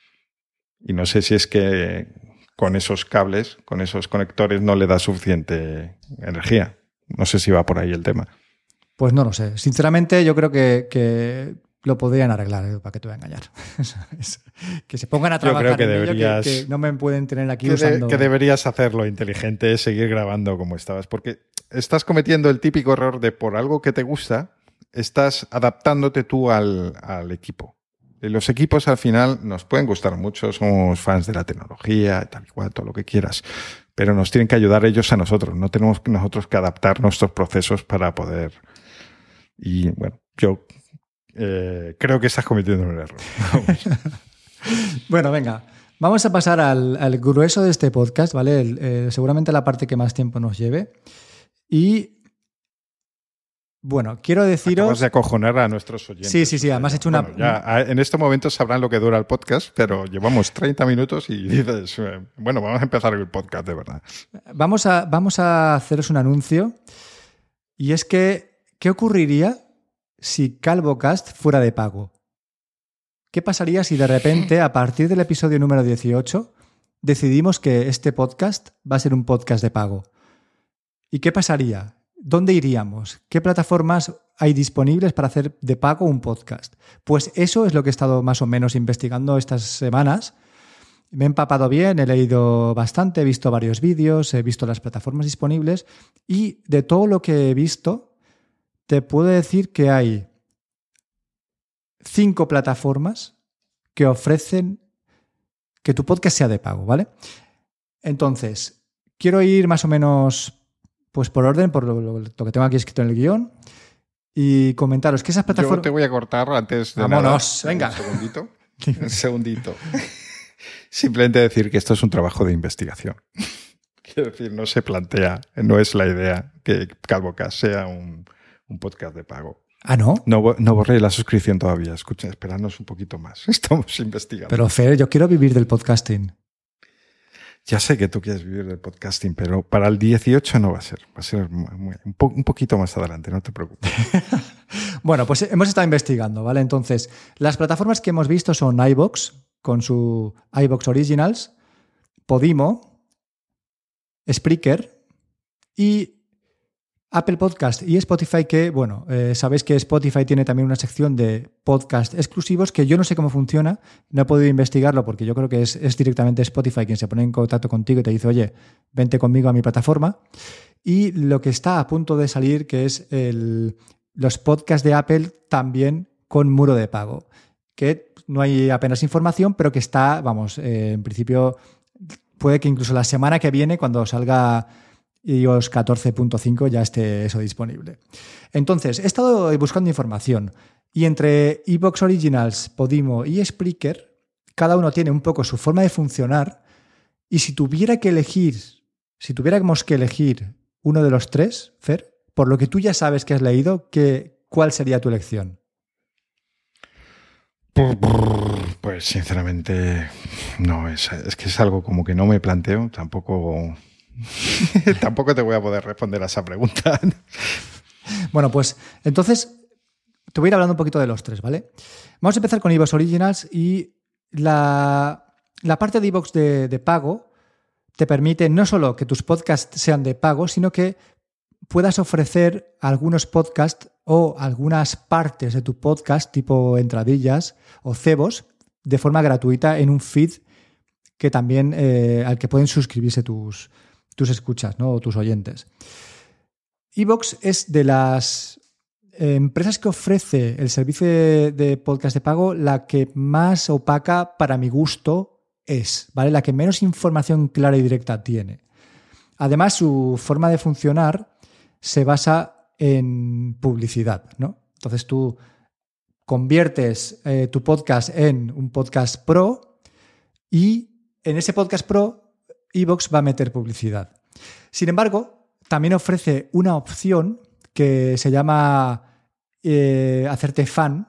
Y no sé si es que con esos cables, con esos conectores no le da suficiente energía. No sé si va por ahí el tema. Pues no lo sé. Sinceramente, yo creo que lo podrían arreglar, para que te voy a engañar. Que se pongan a trabajar yo creo que en deberías, ello, que no me pueden tener aquí usando... Que deberías hacerlo inteligente, seguir grabando como estabas. Porque estás cometiendo el típico error de por algo que te gusta, estás adaptándote tú al equipo. Y los equipos al final nos pueden gustar mucho, somos fans de la tecnología, tal y cual, todo lo que quieras. Pero nos tienen que ayudar ellos a nosotros. No tenemos nosotros que adaptar nuestros procesos para poder... Y bueno, yo creo que estás cometiendo un error. Bueno, venga. Vamos a pasar al grueso de este podcast, ¿vale? Seguramente la parte que más tiempo nos lleve. Y bueno, quiero deciros... Acabas de acojonar a nuestros oyentes. Sí. Además he hecho una... Bueno, ya en este momento sabrán lo que dura el podcast, pero llevamos 30 minutos y dices, bueno, vamos a empezar el podcast de verdad. Vamos a haceros un anuncio. Y es que, ¿qué ocurriría si CalvoCast fuera de pago? ¿Qué pasaría si de repente, a partir del episodio número 18, decidimos que este podcast va a ser un podcast de pago? ¿Y qué pasaría? ¿Dónde iríamos? ¿Qué plataformas hay disponibles para hacer de pago un podcast? Pues eso es lo que he estado más o menos investigando estas semanas. Me he empapado bien, he leído bastante, he visto varios vídeos, he visto las plataformas disponibles y de todo lo que he visto, te puedo decir que hay 5 plataformas que ofrecen que tu podcast sea de pago, ¿vale? Entonces, quiero ir más o menos pues por orden, por lo que tengo aquí escrito en el guión y comentaros que esas plataformas... Yo te voy a cortar antes de ¡Vámonos! Nada. Venga. Un segundito. Simplemente decir que esto es un trabajo de investigación. Quiero decir, no se plantea, no es la idea que CalvoCast sea un podcast de pago. ¿Ah, no? No borré la suscripción todavía. Escuchen, esperadnos un poquito más. Estamos investigando. Pero Fer, yo quiero vivir del podcasting. Ya sé que tú quieres vivir del podcasting, pero para el 18 no va a ser. Va a ser un poquito más adelante, no te preocupes. Bueno, pues hemos estado investigando, ¿vale? Entonces, las plataformas que hemos visto son iVoox, con su iVoox Originals, Podimo, Spreaker y Apple Podcast y Spotify, que, bueno, sabéis que Spotify tiene también una sección de podcast exclusivos que yo no sé cómo funciona, no he podido investigarlo porque yo creo que es directamente Spotify quien se pone en contacto contigo y te dice, oye, vente conmigo a mi plataforma. Y lo que está a punto de salir, que es los podcasts de Apple también con muro de pago, que no hay apenas información, pero que está, vamos, en principio puede que incluso la semana que viene, cuando salga iOS 14.5 ya esté eso disponible. Entonces, he estado buscando información y entre iVoox Originals, Podimo y Spreaker, cada uno tiene un poco su forma de funcionar y si tuviéramos que elegir uno de los tres, Fer? Por lo que tú ya sabes que has leído, ¿cuál sería tu elección? Pues sinceramente, no, es que es algo como que no me planteo, tampoco te voy a poder responder a esa pregunta. Bueno, pues entonces te voy a ir hablando un poquito de los tres, ¿vale? Vamos a empezar con iVoox Originals y la parte de iVoox de pago te permite no solo que tus podcasts sean de pago, sino que puedas ofrecer algunos podcasts o algunas partes de tu podcast, tipo entradillas o cebos, de forma gratuita en un feed que también al que pueden suscribirse tus escuchas, ¿no? O tus oyentes. iVoox es de las empresas que ofrece el servicio de podcast de pago la que más opaca para mi gusto es, ¿vale? La que menos información clara y directa tiene. Además, su forma de funcionar se basa en publicidad, ¿no? Entonces tú conviertes tu podcast en un podcast pro y en ese podcast pro iVoox va a meter publicidad. Sin embargo, también ofrece una opción que se llama hacerte fan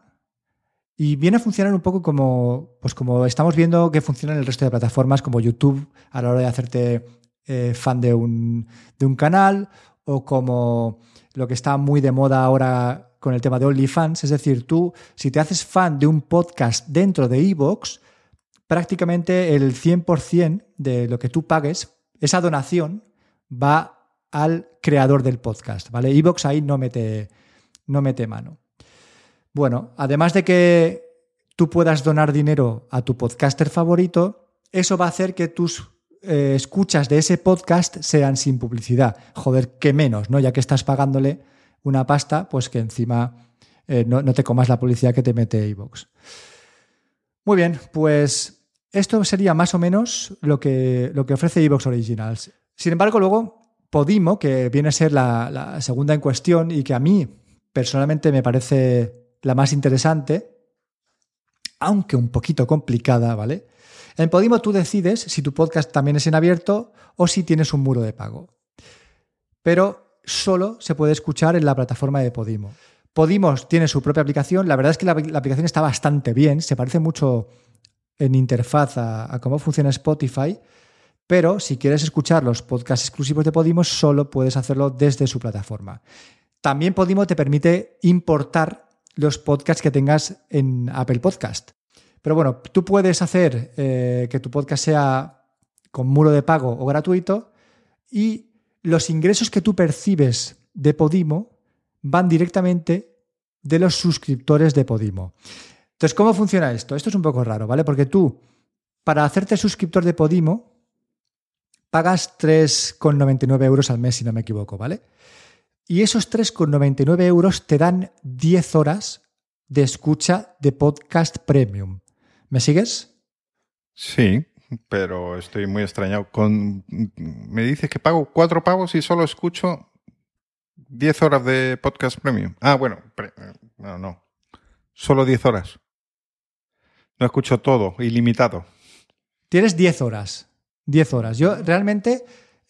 y viene a funcionar un poco como estamos viendo que funciona en el resto de plataformas como YouTube a la hora de hacerte fan de un canal, o como lo que está muy de moda ahora con el tema de OnlyFans. Es decir, tú, si te haces fan de un podcast dentro de iVoox, prácticamente el 100% de lo que tú pagues, esa donación, va al creador del podcast, ¿vale? iVoox ahí no mete mano. Bueno, además de que tú puedas donar dinero a tu podcaster favorito, eso va a hacer que tus escuchas de ese podcast sean sin publicidad. Joder, qué menos, ¿no? Ya que estás pagándole una pasta, pues que encima no te comas la publicidad que te mete iVoox. Muy bien, pues esto sería más o menos lo que ofrece iVoox Originals. Sin embargo, luego Podimo, que viene a ser la segunda en cuestión y que a mí personalmente me parece la más interesante, aunque un poquito complicada, ¿vale? En Podimo tú decides si tu podcast también es en abierto o si tienes un muro de pago. Pero solo se puede escuchar en la plataforma de Podimo. Podimo tiene su propia aplicación. La verdad es que la aplicación está bastante bien. Se parece mucho en interfaz a cómo funciona Spotify. Pero si quieres escuchar los podcasts exclusivos de Podimo, solo puedes hacerlo desde su plataforma. También Podimo te permite importar los podcasts que tengas en Apple Podcast. Pero bueno, tú puedes hacer que tu podcast sea con muro de pago o gratuito y los ingresos que tú percibes de Podimo van directamente de los suscriptores de Podimo. Entonces, ¿cómo funciona esto? Esto es un poco raro, ¿vale? Porque tú, para hacerte suscriptor de Podimo, pagas 3,99 euros al mes, si no me equivoco, ¿vale? Y esos 3,99 euros te dan 10 horas de escucha de podcast premium. ¿Me sigues? Sí, pero estoy muy extrañado. Me dices que pago 4 pavos y solo escucho 10 horas de podcast premium. Ah, bueno, no. Solo 10 horas. No escucho todo, ilimitado. Tienes 10 horas. 10 horas. Yo realmente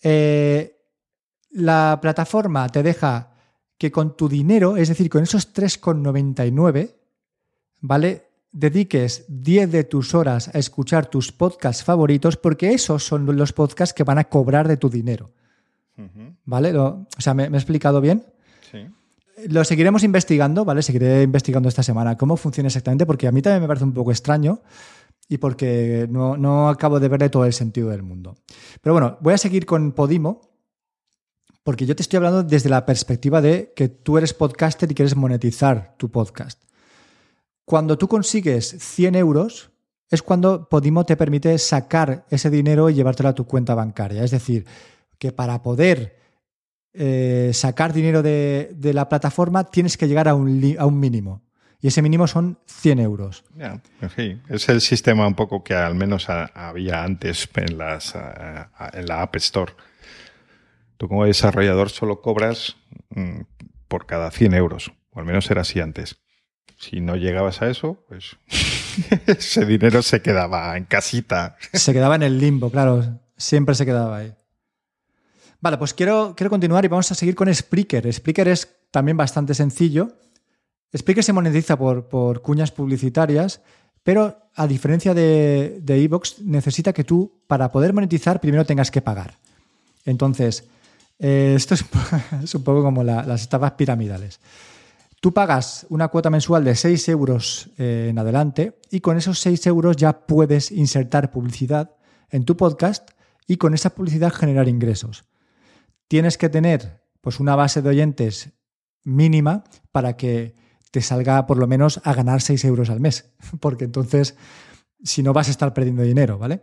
la plataforma te deja que con tu dinero, es decir, con esos 3,99, ¿vale?, dediques 10 de tus horas a escuchar tus podcasts favoritos, porque esos son los podcasts que van a cobrar de tu dinero. ¿Vale? ¿Me he explicado bien? Sí. Lo seguiremos investigando, ¿vale? Seguiré investigando esta semana cómo funciona exactamente, porque a mí también me parece un poco extraño y porque no acabo de verle todo el sentido del mundo. Pero bueno, voy a seguir con Podimo, porque yo te estoy hablando desde la perspectiva de que tú eres podcaster y quieres monetizar tu podcast. Cuando tú consigues 100 euros es cuando Podimo te permite sacar ese dinero y llevártelo a tu cuenta bancaria. Es decir, que para poder sacar dinero de la plataforma tienes que llegar a un mínimo. Y ese mínimo son 100 euros. Yeah, sí. Es el sistema un poco que al menos había antes en la App Store. Tú como desarrollador solo cobras por cada 100 euros. O al menos era así antes. Si no llegabas a eso, pues ese dinero se quedaba en casita. Se quedaba en el limbo, claro. Siempre se quedaba ahí. Vale, pues quiero continuar y vamos a seguir con Spreaker. Spreaker es también bastante sencillo. Spreaker se monetiza por cuñas publicitarias, pero a diferencia de iVoox, necesita que tú, para poder monetizar, primero tengas que pagar. Entonces, esto es un poco como las estafas piramidales. Tú pagas una cuota mensual de 6 euros en adelante y con esos 6 euros ya puedes insertar publicidad en tu podcast y con esa publicidad generar ingresos. Tienes que tener pues, una base de oyentes mínima para que te salga por lo menos a ganar 6 euros al mes, porque entonces si no vas a estar perdiendo dinero, ¿vale?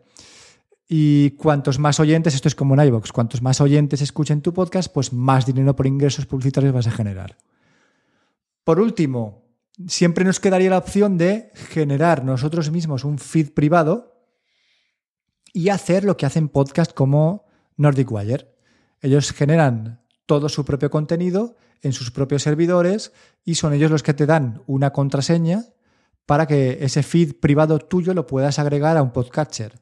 Y cuantos más oyentes, esto es como en iVoox, cuantos más oyentes escuchen tu podcast, pues más dinero por ingresos publicitarios vas a generar. Por último, siempre nos quedaría la opción de generar nosotros mismos un feed privado y hacer lo que hacen podcasts como Nordic Wire. Ellos generan todo su propio contenido en sus propios servidores y son ellos los que te dan una contraseña para que ese feed privado tuyo lo puedas agregar a un podcatcher.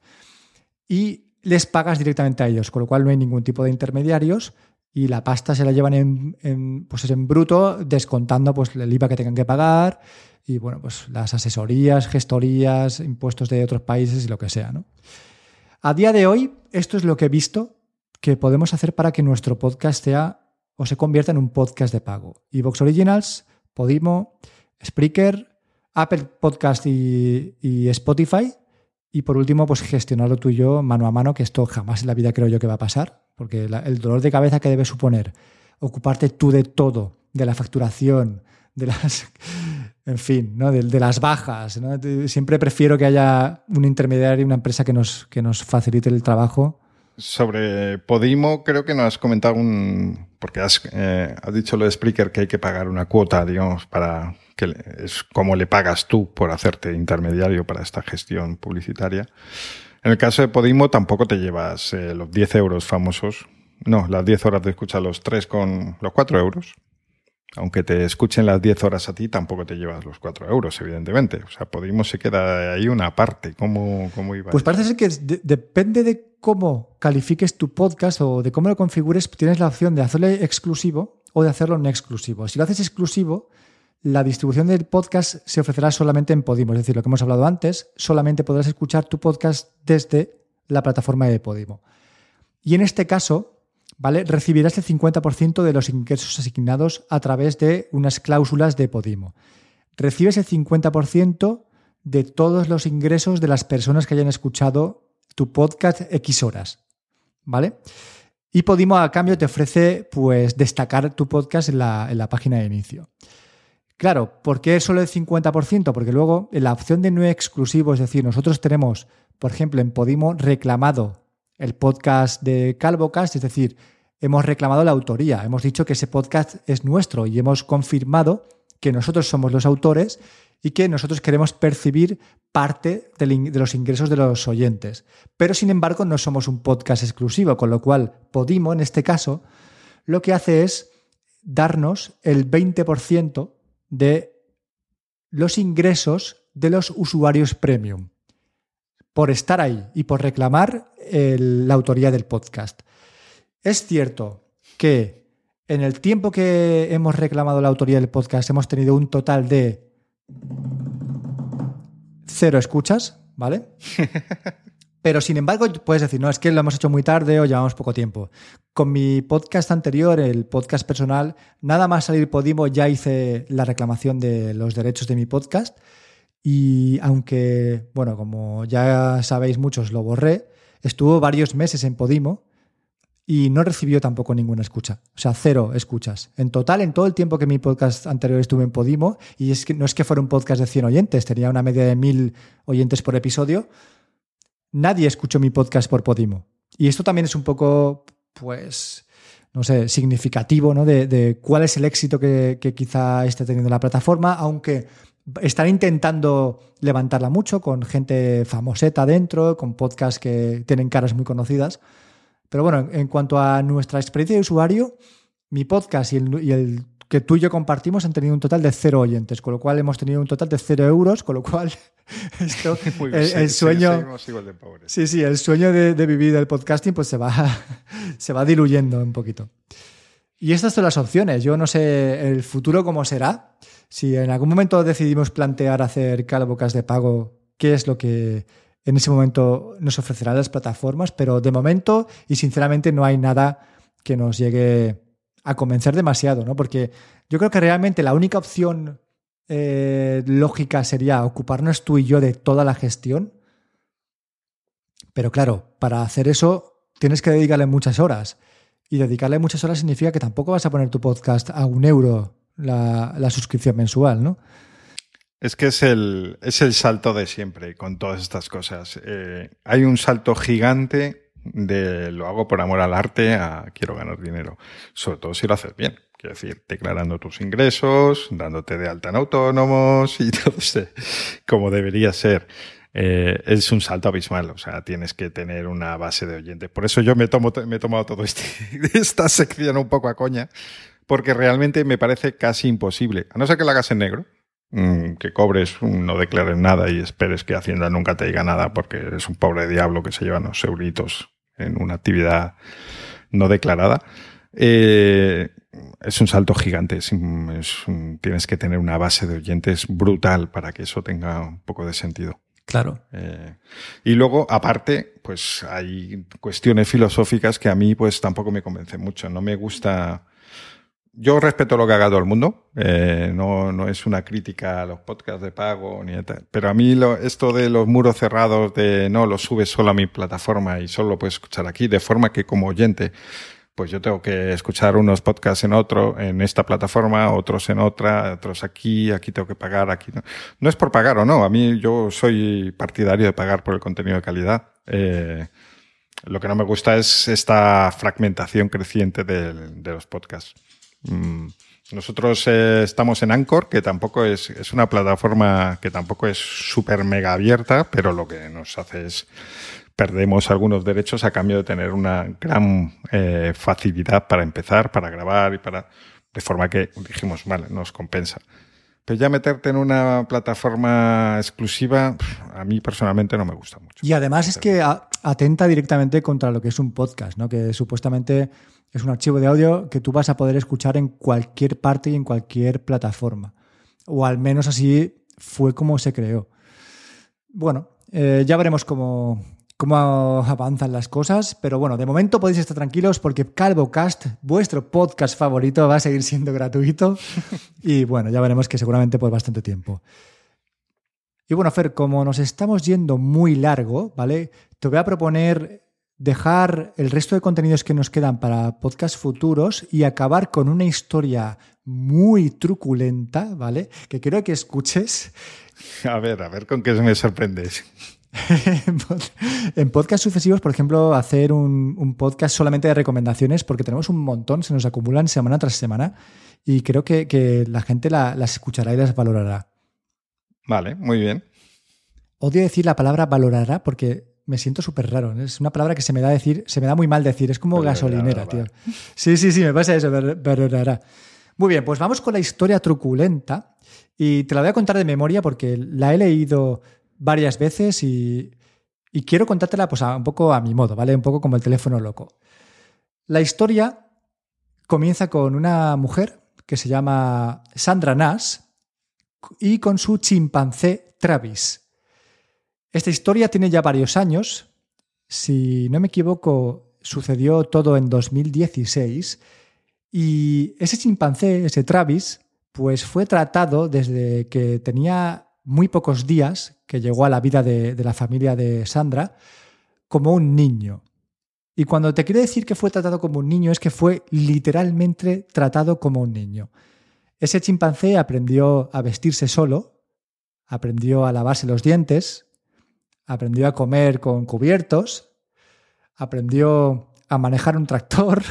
Y les pagas directamente a ellos, con lo cual no hay ningún tipo de intermediarios y la pasta se la llevan en bruto, descontando pues, el IVA que tengan que pagar y bueno, pues las asesorías, gestorías, impuestos de otros países y lo que sea, ¿no? A día de hoy, esto es lo que he visto que podemos hacer para que nuestro podcast sea o se convierta en un podcast de pago. iVoox Originals, Podimo, Spreaker, Apple Podcast y Spotify. Y por último, pues gestionarlo tú y yo mano a mano, que esto jamás en la vida creo yo que va a pasar, porque el dolor de cabeza que debe suponer ocuparte tú de todo, de la facturación, de las... En fin, ¿no? de las bajas, ¿no? Siempre prefiero que haya un intermediario, una empresa que nos facilite el trabajo. Sobre Podimo, creo que no has comentado porque has dicho lo de Spreaker, que hay que pagar una cuota, digamos, para que es como le pagas tú por hacerte intermediario para esta gestión publicitaria. En el caso de Podimo tampoco te llevas los 10 euros famosos. No, las 10 horas de escucha, los 4 euros. Aunque te escuchen las 10 horas a ti, tampoco te llevas los 4 euros, evidentemente. O sea, Podimo se queda ahí una parte. ¿Cómo iba? Pues parece ser que depende de cómo califiques tu podcast o de cómo lo configures, tienes la opción de hacerlo exclusivo o de hacerlo no exclusivo. Si lo haces exclusivo, la distribución del podcast se ofrecerá solamente en Podimo. Es decir, lo que hemos hablado antes, solamente podrás escuchar tu podcast desde la plataforma de Podimo. Y en este caso... ¿vale? Recibirás el 50% de los ingresos asignados a través de unas cláusulas de Podimo. Recibes el 50% de todos los ingresos de las personas que hayan escuchado tu podcast X horas, ¿vale? Y Podimo a cambio te ofrece pues, destacar tu podcast en la página de inicio. Claro, ¿por qué solo el 50%? Porque luego en la opción de no exclusivo, es decir, nosotros tenemos, por ejemplo, en Podimo reclamado el podcast de Calvocast, es decir, hemos reclamado la autoría, hemos dicho que ese podcast es nuestro y hemos confirmado que nosotros somos los autores y que nosotros queremos percibir parte de los ingresos de los oyentes. Pero, sin embargo, no somos un podcast exclusivo, con lo cual Podimo, en este caso, lo que hace es darnos el 20% de los ingresos de los usuarios premium, por estar ahí y por reclamar la autoría del podcast. Es cierto que en el tiempo que hemos reclamado la autoría del podcast hemos tenido un total de 0 escuchas, ¿vale? Pero sin embargo puedes decir, no, es que lo hemos hecho muy tarde o llevamos poco tiempo. Con mi podcast anterior, el podcast personal, nada más salir Podimo ya hice la reclamación de los derechos de mi podcast. Y aunque, bueno, como ya sabéis muchos, lo borré, estuvo varios meses en Podimo y no recibió tampoco ninguna escucha. O sea, 0 escuchas. En total, en todo el tiempo que mi podcast anterior estuve en Podimo, y es que no es que fuera un podcast de 100 oyentes, tenía una media de 1000 oyentes por episodio, nadie escuchó mi podcast por Podimo. Y esto también es un poco, pues, no sé, significativo, ¿no? De cuál es el éxito que quizá esté teniendo la plataforma, aunque... están intentando levantarla mucho con gente famoseta dentro, con podcasts que tienen caras muy conocidas. Pero bueno, en cuanto a nuestra experiencia de usuario, mi podcast y el que tú y yo compartimos han tenido un total de 0 oyentes, con lo cual hemos tenido un total de 0 euros, con lo cual esto, el sueño... Seguimos igual de pobres. Sí, el sueño de vivir del podcasting pues se va diluyendo un poquito. Y estas son las opciones. Yo no sé el futuro cómo será. Si en algún momento decidimos plantear hacer Calvocast de pago, qué es lo que en ese momento nos ofrecerán las plataformas, pero de momento y sinceramente no hay nada que nos llegue a convencer demasiado, ¿no? Porque yo creo que realmente la única opción lógica sería ocuparnos tú y yo de toda la gestión. Pero claro, para hacer eso tienes que dedicarle muchas horas. Y dedicarle muchas horas significa que tampoco vas a poner tu podcast a €1 la suscripción mensual, ¿no? Es que es el salto de siempre con todas estas cosas. Hay un salto gigante de lo hago por amor al arte a quiero ganar dinero. Sobre todo si lo haces bien. Quiero decir, declarando tus ingresos, dándote de alta en autónomos y todo eso, como debería ser. Es un salto abismal, o sea, tienes que tener una base de oyentes. Por eso yo me he tomado todo esta sección un poco a coña, porque realmente me parece casi imposible. A no ser que la hagas en negro, que cobres, no declares nada y esperes que Hacienda nunca te diga nada porque eres un pobre diablo que se lleva unos euritos en una actividad no declarada. Es un salto gigante. Tienes que tener una base de oyentes brutal para que eso tenga un poco de sentido. Claro. Y luego, aparte, pues hay cuestiones filosóficas que a mí pues tampoco me convencen mucho. No me gusta... Yo respeto lo que haga todo el mundo. No es una crítica a los podcasts de pago ni tal. Pero a mí esto de los muros cerrados de no, lo subes solo a mi plataforma y solo lo puedes escuchar aquí, de forma que como oyente pues yo tengo que escuchar unos podcasts en esta plataforma, otros en otra, otros aquí tengo que pagar, aquí no. No es por pagar o no, a mí yo soy partidario de pagar por el contenido de calidad. Lo que no me gusta es esta fragmentación creciente de los podcasts. Nosotros estamos en Anchor, que tampoco es una plataforma que tampoco es súper mega abierta, pero lo que nos hace es perdemos algunos derechos a cambio de tener una gran facilidad para empezar, para grabar de forma que dijimos, vale, nos compensa. Pero ya meterte en una plataforma exclusiva, a mí personalmente no me gusta mucho. Y además es que atenta directamente contra lo que es un podcast, ¿no? Que supuestamente es un archivo de audio que tú vas a poder escuchar en cualquier parte y en cualquier plataforma. O al menos así fue como se creó. Bueno, ya veremos cómo avanzan las cosas, pero bueno, de momento podéis estar tranquilos porque Calvocast, vuestro podcast favorito, va a seguir siendo gratuito y bueno, ya veremos que seguramente por bastante tiempo. Y bueno, Fer, como nos estamos yendo muy largo, ¿vale? Te voy a proponer dejar el resto de contenidos que nos quedan para podcasts futuros y acabar con una historia muy truculenta, ¿vale? Que quiero que escuches. A ver con qué me sorprendes. En podcasts sucesivos, por ejemplo, hacer un podcast solamente de recomendaciones porque tenemos un montón, se nos acumulan semana tras semana y creo que la gente las escuchará y las valorará. Vale, muy bien. Odio decir la palabra valorará porque me siento súper raro. Es una palabra que se me da muy mal decir. Es como valorará, gasolinera, tío. Sí, me pasa eso, valorará. Muy bien, pues vamos con la historia truculenta y te la voy a contar de memoria porque la he leído varias veces y quiero contártela pues un poco a mi modo, ¿vale? Un poco como el teléfono loco. La historia comienza con una mujer que se llama Sandra Nash y con su chimpancé Travis. Esta historia tiene ya varios años. Si no me equivoco, sucedió todo en 2016 y ese chimpancé, ese Travis, pues fue tratado desde que tenía muy pocos días, que llegó a la vida de la familia de Sandra, como un niño. Y cuando te quiero decir que fue tratado como un niño, es que fue literalmente tratado como un niño. Ese chimpancé aprendió a vestirse solo, aprendió a lavarse los dientes, aprendió a comer con cubiertos, aprendió a manejar un tractor.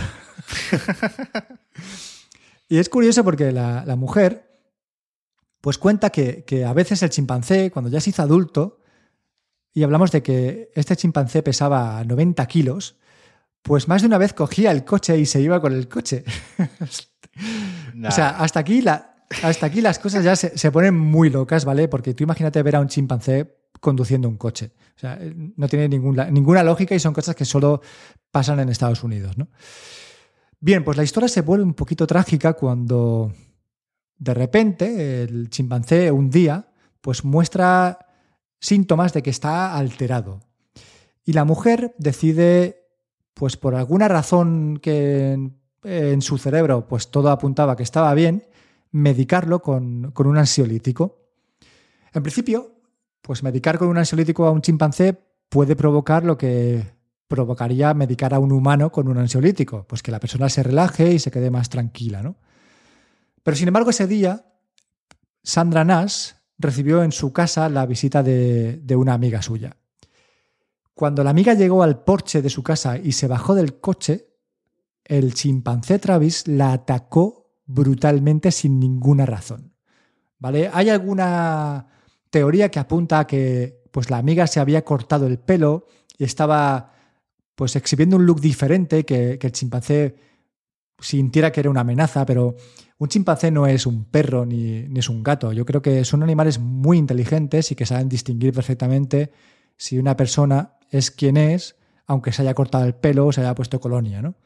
Y es curioso porque la mujer pues cuenta que a veces el chimpancé, cuando ya se hizo adulto, y hablamos de que este chimpancé pesaba 90 kilos, pues más de una vez cogía el coche y se iba con el coche. Nah. O sea, hasta aquí las cosas ya se ponen muy locas, ¿vale? Porque tú imagínate ver a un chimpancé conduciendo un coche. O sea, no tiene ninguna lógica y son cosas que solo pasan en Estados Unidos, ¿no? Bien, pues la historia se vuelve un poquito trágica cuando de repente el chimpancé un día pues muestra síntomas de que está alterado. Y la mujer decide, pues por alguna razón que en su cerebro pues todo apuntaba que estaba bien, medicarlo con un ansiolítico. En principio, pues medicar con un ansiolítico a un chimpancé puede provocar lo que provocaría medicar a un humano con un ansiolítico, pues que la persona se relaje y se quede más tranquila, ¿no? Pero sin embargo ese día Sandra Nash recibió en su casa la visita de una amiga suya. Cuando la amiga llegó al porche de su casa y se bajó del coche, el chimpancé Travis la atacó brutalmente sin ninguna razón, ¿vale? Hay alguna teoría que apunta a que pues, la amiga se había cortado el pelo y estaba pues, exhibiendo un look diferente, que el chimpancé sintiera que era una amenaza, pero un chimpancé no es un perro ni es un gato. Yo creo que son animales muy inteligentes y que saben distinguir perfectamente si una persona es quien es, aunque se haya cortado el pelo o se haya puesto colonia, ¿no?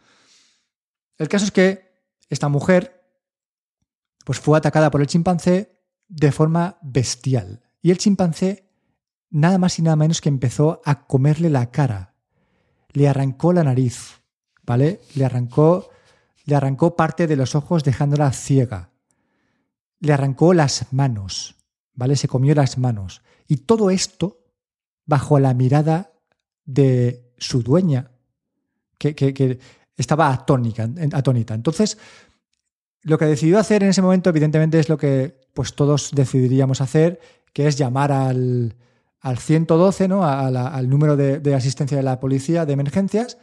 El caso es que esta mujer pues, fue atacada por el chimpancé de forma bestial. Y el chimpancé nada más y nada menos que empezó a comerle la cara. Le arrancó la nariz, ¿vale? Le arrancó parte de los ojos dejándola ciega. Le arrancó las manos, ¿vale? Se comió las manos. Y todo esto bajo la mirada de su dueña, que estaba atónita. Entonces, lo que decidió hacer en ese momento, evidentemente, es lo que pues, todos decidiríamos hacer, que es llamar al 112, ¿no? Al número de asistencia de la policía de emergencias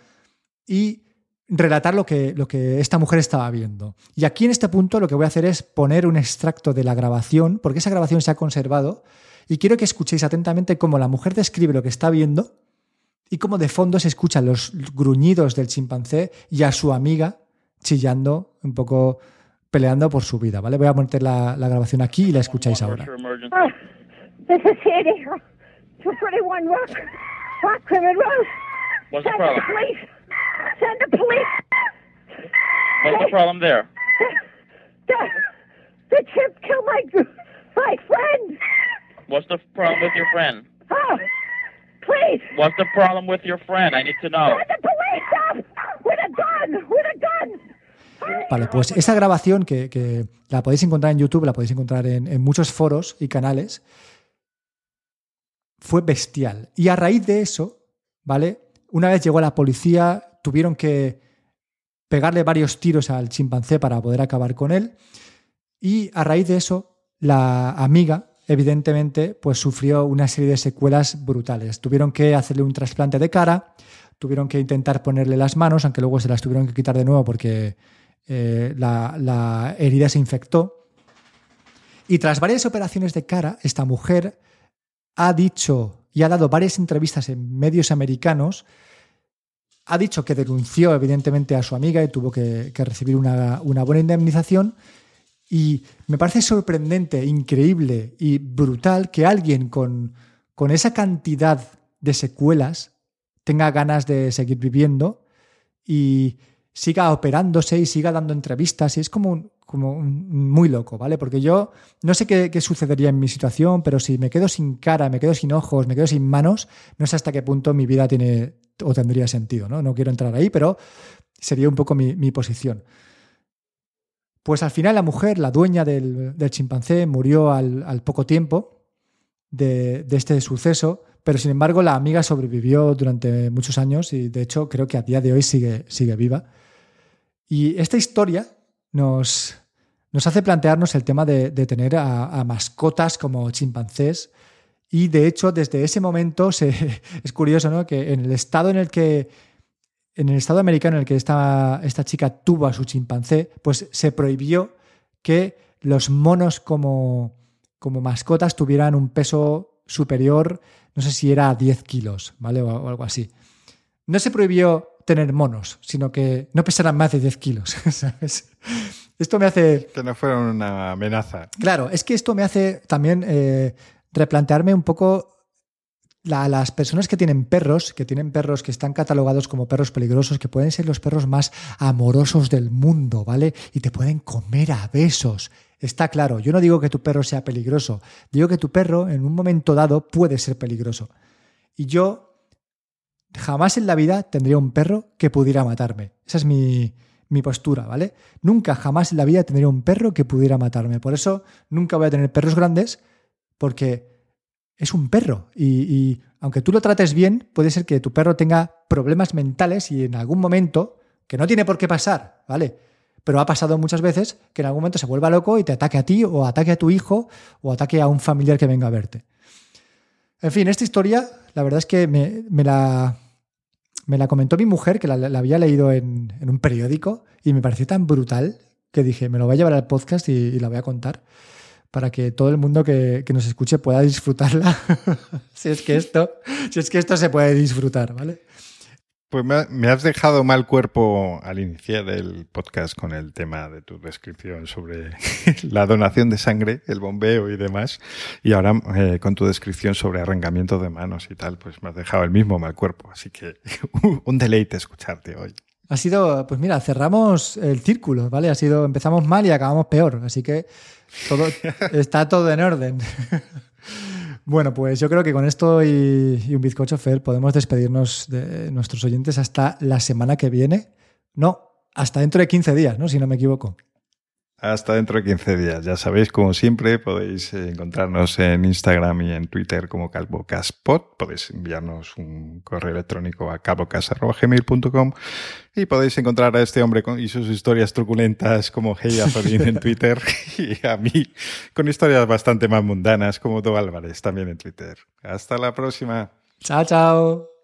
y relatar lo que esta mujer estaba viendo. Y aquí en este punto lo que voy a hacer es poner un extracto de la grabación, porque esa grabación se ha conservado, y quiero que escuchéis atentamente cómo la mujer describe lo que está viendo y cómo de fondo se escuchan los gruñidos del chimpancé y a su amiga chillando, un poco peleando por su vida, ¿vale? Voy a poner la grabación aquí y la escucháis ahora. This is Sandy. 231 Rock Crimmon Road. What's the Send problem? the police. Send the police. What's the problem there? The chimp killed my friend. What's the problem with your friend? Oh, please. What's the problem with your friend? I need to know. Send the police up with a gun. With a gun. Vale, pues esa grabación que la podéis encontrar en YouTube, la podéis encontrar en muchos foros y canales, fue bestial. Y a raíz de eso, ¿vale? Una vez llegó la policía, tuvieron que pegarle varios tiros al chimpancé para poder acabar con él. Y a raíz de eso, la amiga, evidentemente, pues sufrió una serie de secuelas brutales. Tuvieron que hacerle un trasplante de cara, tuvieron que intentar ponerle las manos, aunque luego se las tuvieron que quitar de nuevo porque la herida se infectó. Y tras varias operaciones de cara, esta mujer ha dicho y ha dado varias entrevistas en medios americanos, ha dicho que denunció evidentemente a su amiga y tuvo que recibir una buena indemnización. Y me parece sorprendente, increíble y brutal que alguien con esa cantidad de secuelas tenga ganas de seguir viviendo y siga operándose y siga dando entrevistas. Y es como muy loco, ¿vale? Porque yo no sé qué sucedería en mi situación, pero si me quedo sin cara, me quedo sin ojos, me quedo sin manos, no sé hasta qué punto mi vida tiene o tendría sentido, ¿no? No quiero entrar ahí, pero sería un poco mi posición. Pues al final la mujer, la dueña del chimpancé, murió al poco tiempo de este suceso, pero sin embargo la amiga sobrevivió durante muchos años y de hecho creo que a día de hoy sigue viva. Y esta historia nos hace plantearnos el tema de tener a mascotas como chimpancés y de hecho desde ese momento es curioso, ¿no? Que en el estado americano en el que esta chica tuvo a su chimpancé, pues se prohibió que los monos como mascotas tuvieran un peso superior, no sé si era a 10 kilos, ¿vale? O algo así. No se prohibió tener monos, sino que no pesaran más de 10 kilos, ¿sabes? Esto me hace... Que no fueran una amenaza. Claro, es que esto me hace también replantearme un poco las personas que tienen perros que están catalogados como perros peligrosos, que pueden ser los perros más amorosos del mundo, ¿vale? Y te pueden comer a besos. Está claro, yo no digo que tu perro sea peligroso, digo que tu perro en un momento dado puede ser peligroso. Y yo jamás en la vida tendría un perro que pudiera matarme. Esa es mi postura, ¿vale? Nunca, jamás en la vida tendría un perro que pudiera matarme. Por eso nunca voy a tener perros grandes, porque es un perro y aunque tú lo trates bien, puede ser que tu perro tenga problemas mentales y en algún momento, que no tiene por qué pasar, ¿vale? Pero ha pasado muchas veces que en algún momento se vuelva loco y te ataque a ti o ataque a tu hijo o ataque a un familiar que venga a verte. En fin, esta historia, la verdad es que me la comentó mi mujer, que la había leído en un periódico y me pareció tan brutal que dije, me lo voy a llevar al podcast y la voy a contar para que todo el mundo que nos escuche pueda disfrutarla. si es que esto se puede disfrutar, ¿vale? Pues me has dejado mal cuerpo al iniciar el podcast con el tema de tu descripción sobre la donación de sangre, el bombeo y demás. Y ahora con tu descripción sobre arrancamiento de manos y tal, pues me has dejado el mismo mal cuerpo. Así que un deleite escucharte hoy. Ha sido, pues mira, cerramos el círculo, ¿vale? Empezamos mal y acabamos peor. Así que está todo en orden. Bueno, pues yo creo que con esto y un bizcocho, Fer, podemos despedirnos de nuestros oyentes hasta la semana que viene. No, hasta dentro de 15 días, ¿no? Si no me equivoco. Hasta dentro de 15 días. Ya sabéis, como siempre, podéis encontrarnos en Instagram y en Twitter como CalvoCastPod. Podéis enviarnos un correo electrónico a calvocast@gmail.com y podéis encontrar a este hombre y sus historias truculentas como Hey Azorín en Twitter y a mí con historias bastante más mundanas como Do Álvarez también en Twitter. Hasta la próxima. Chao, chao.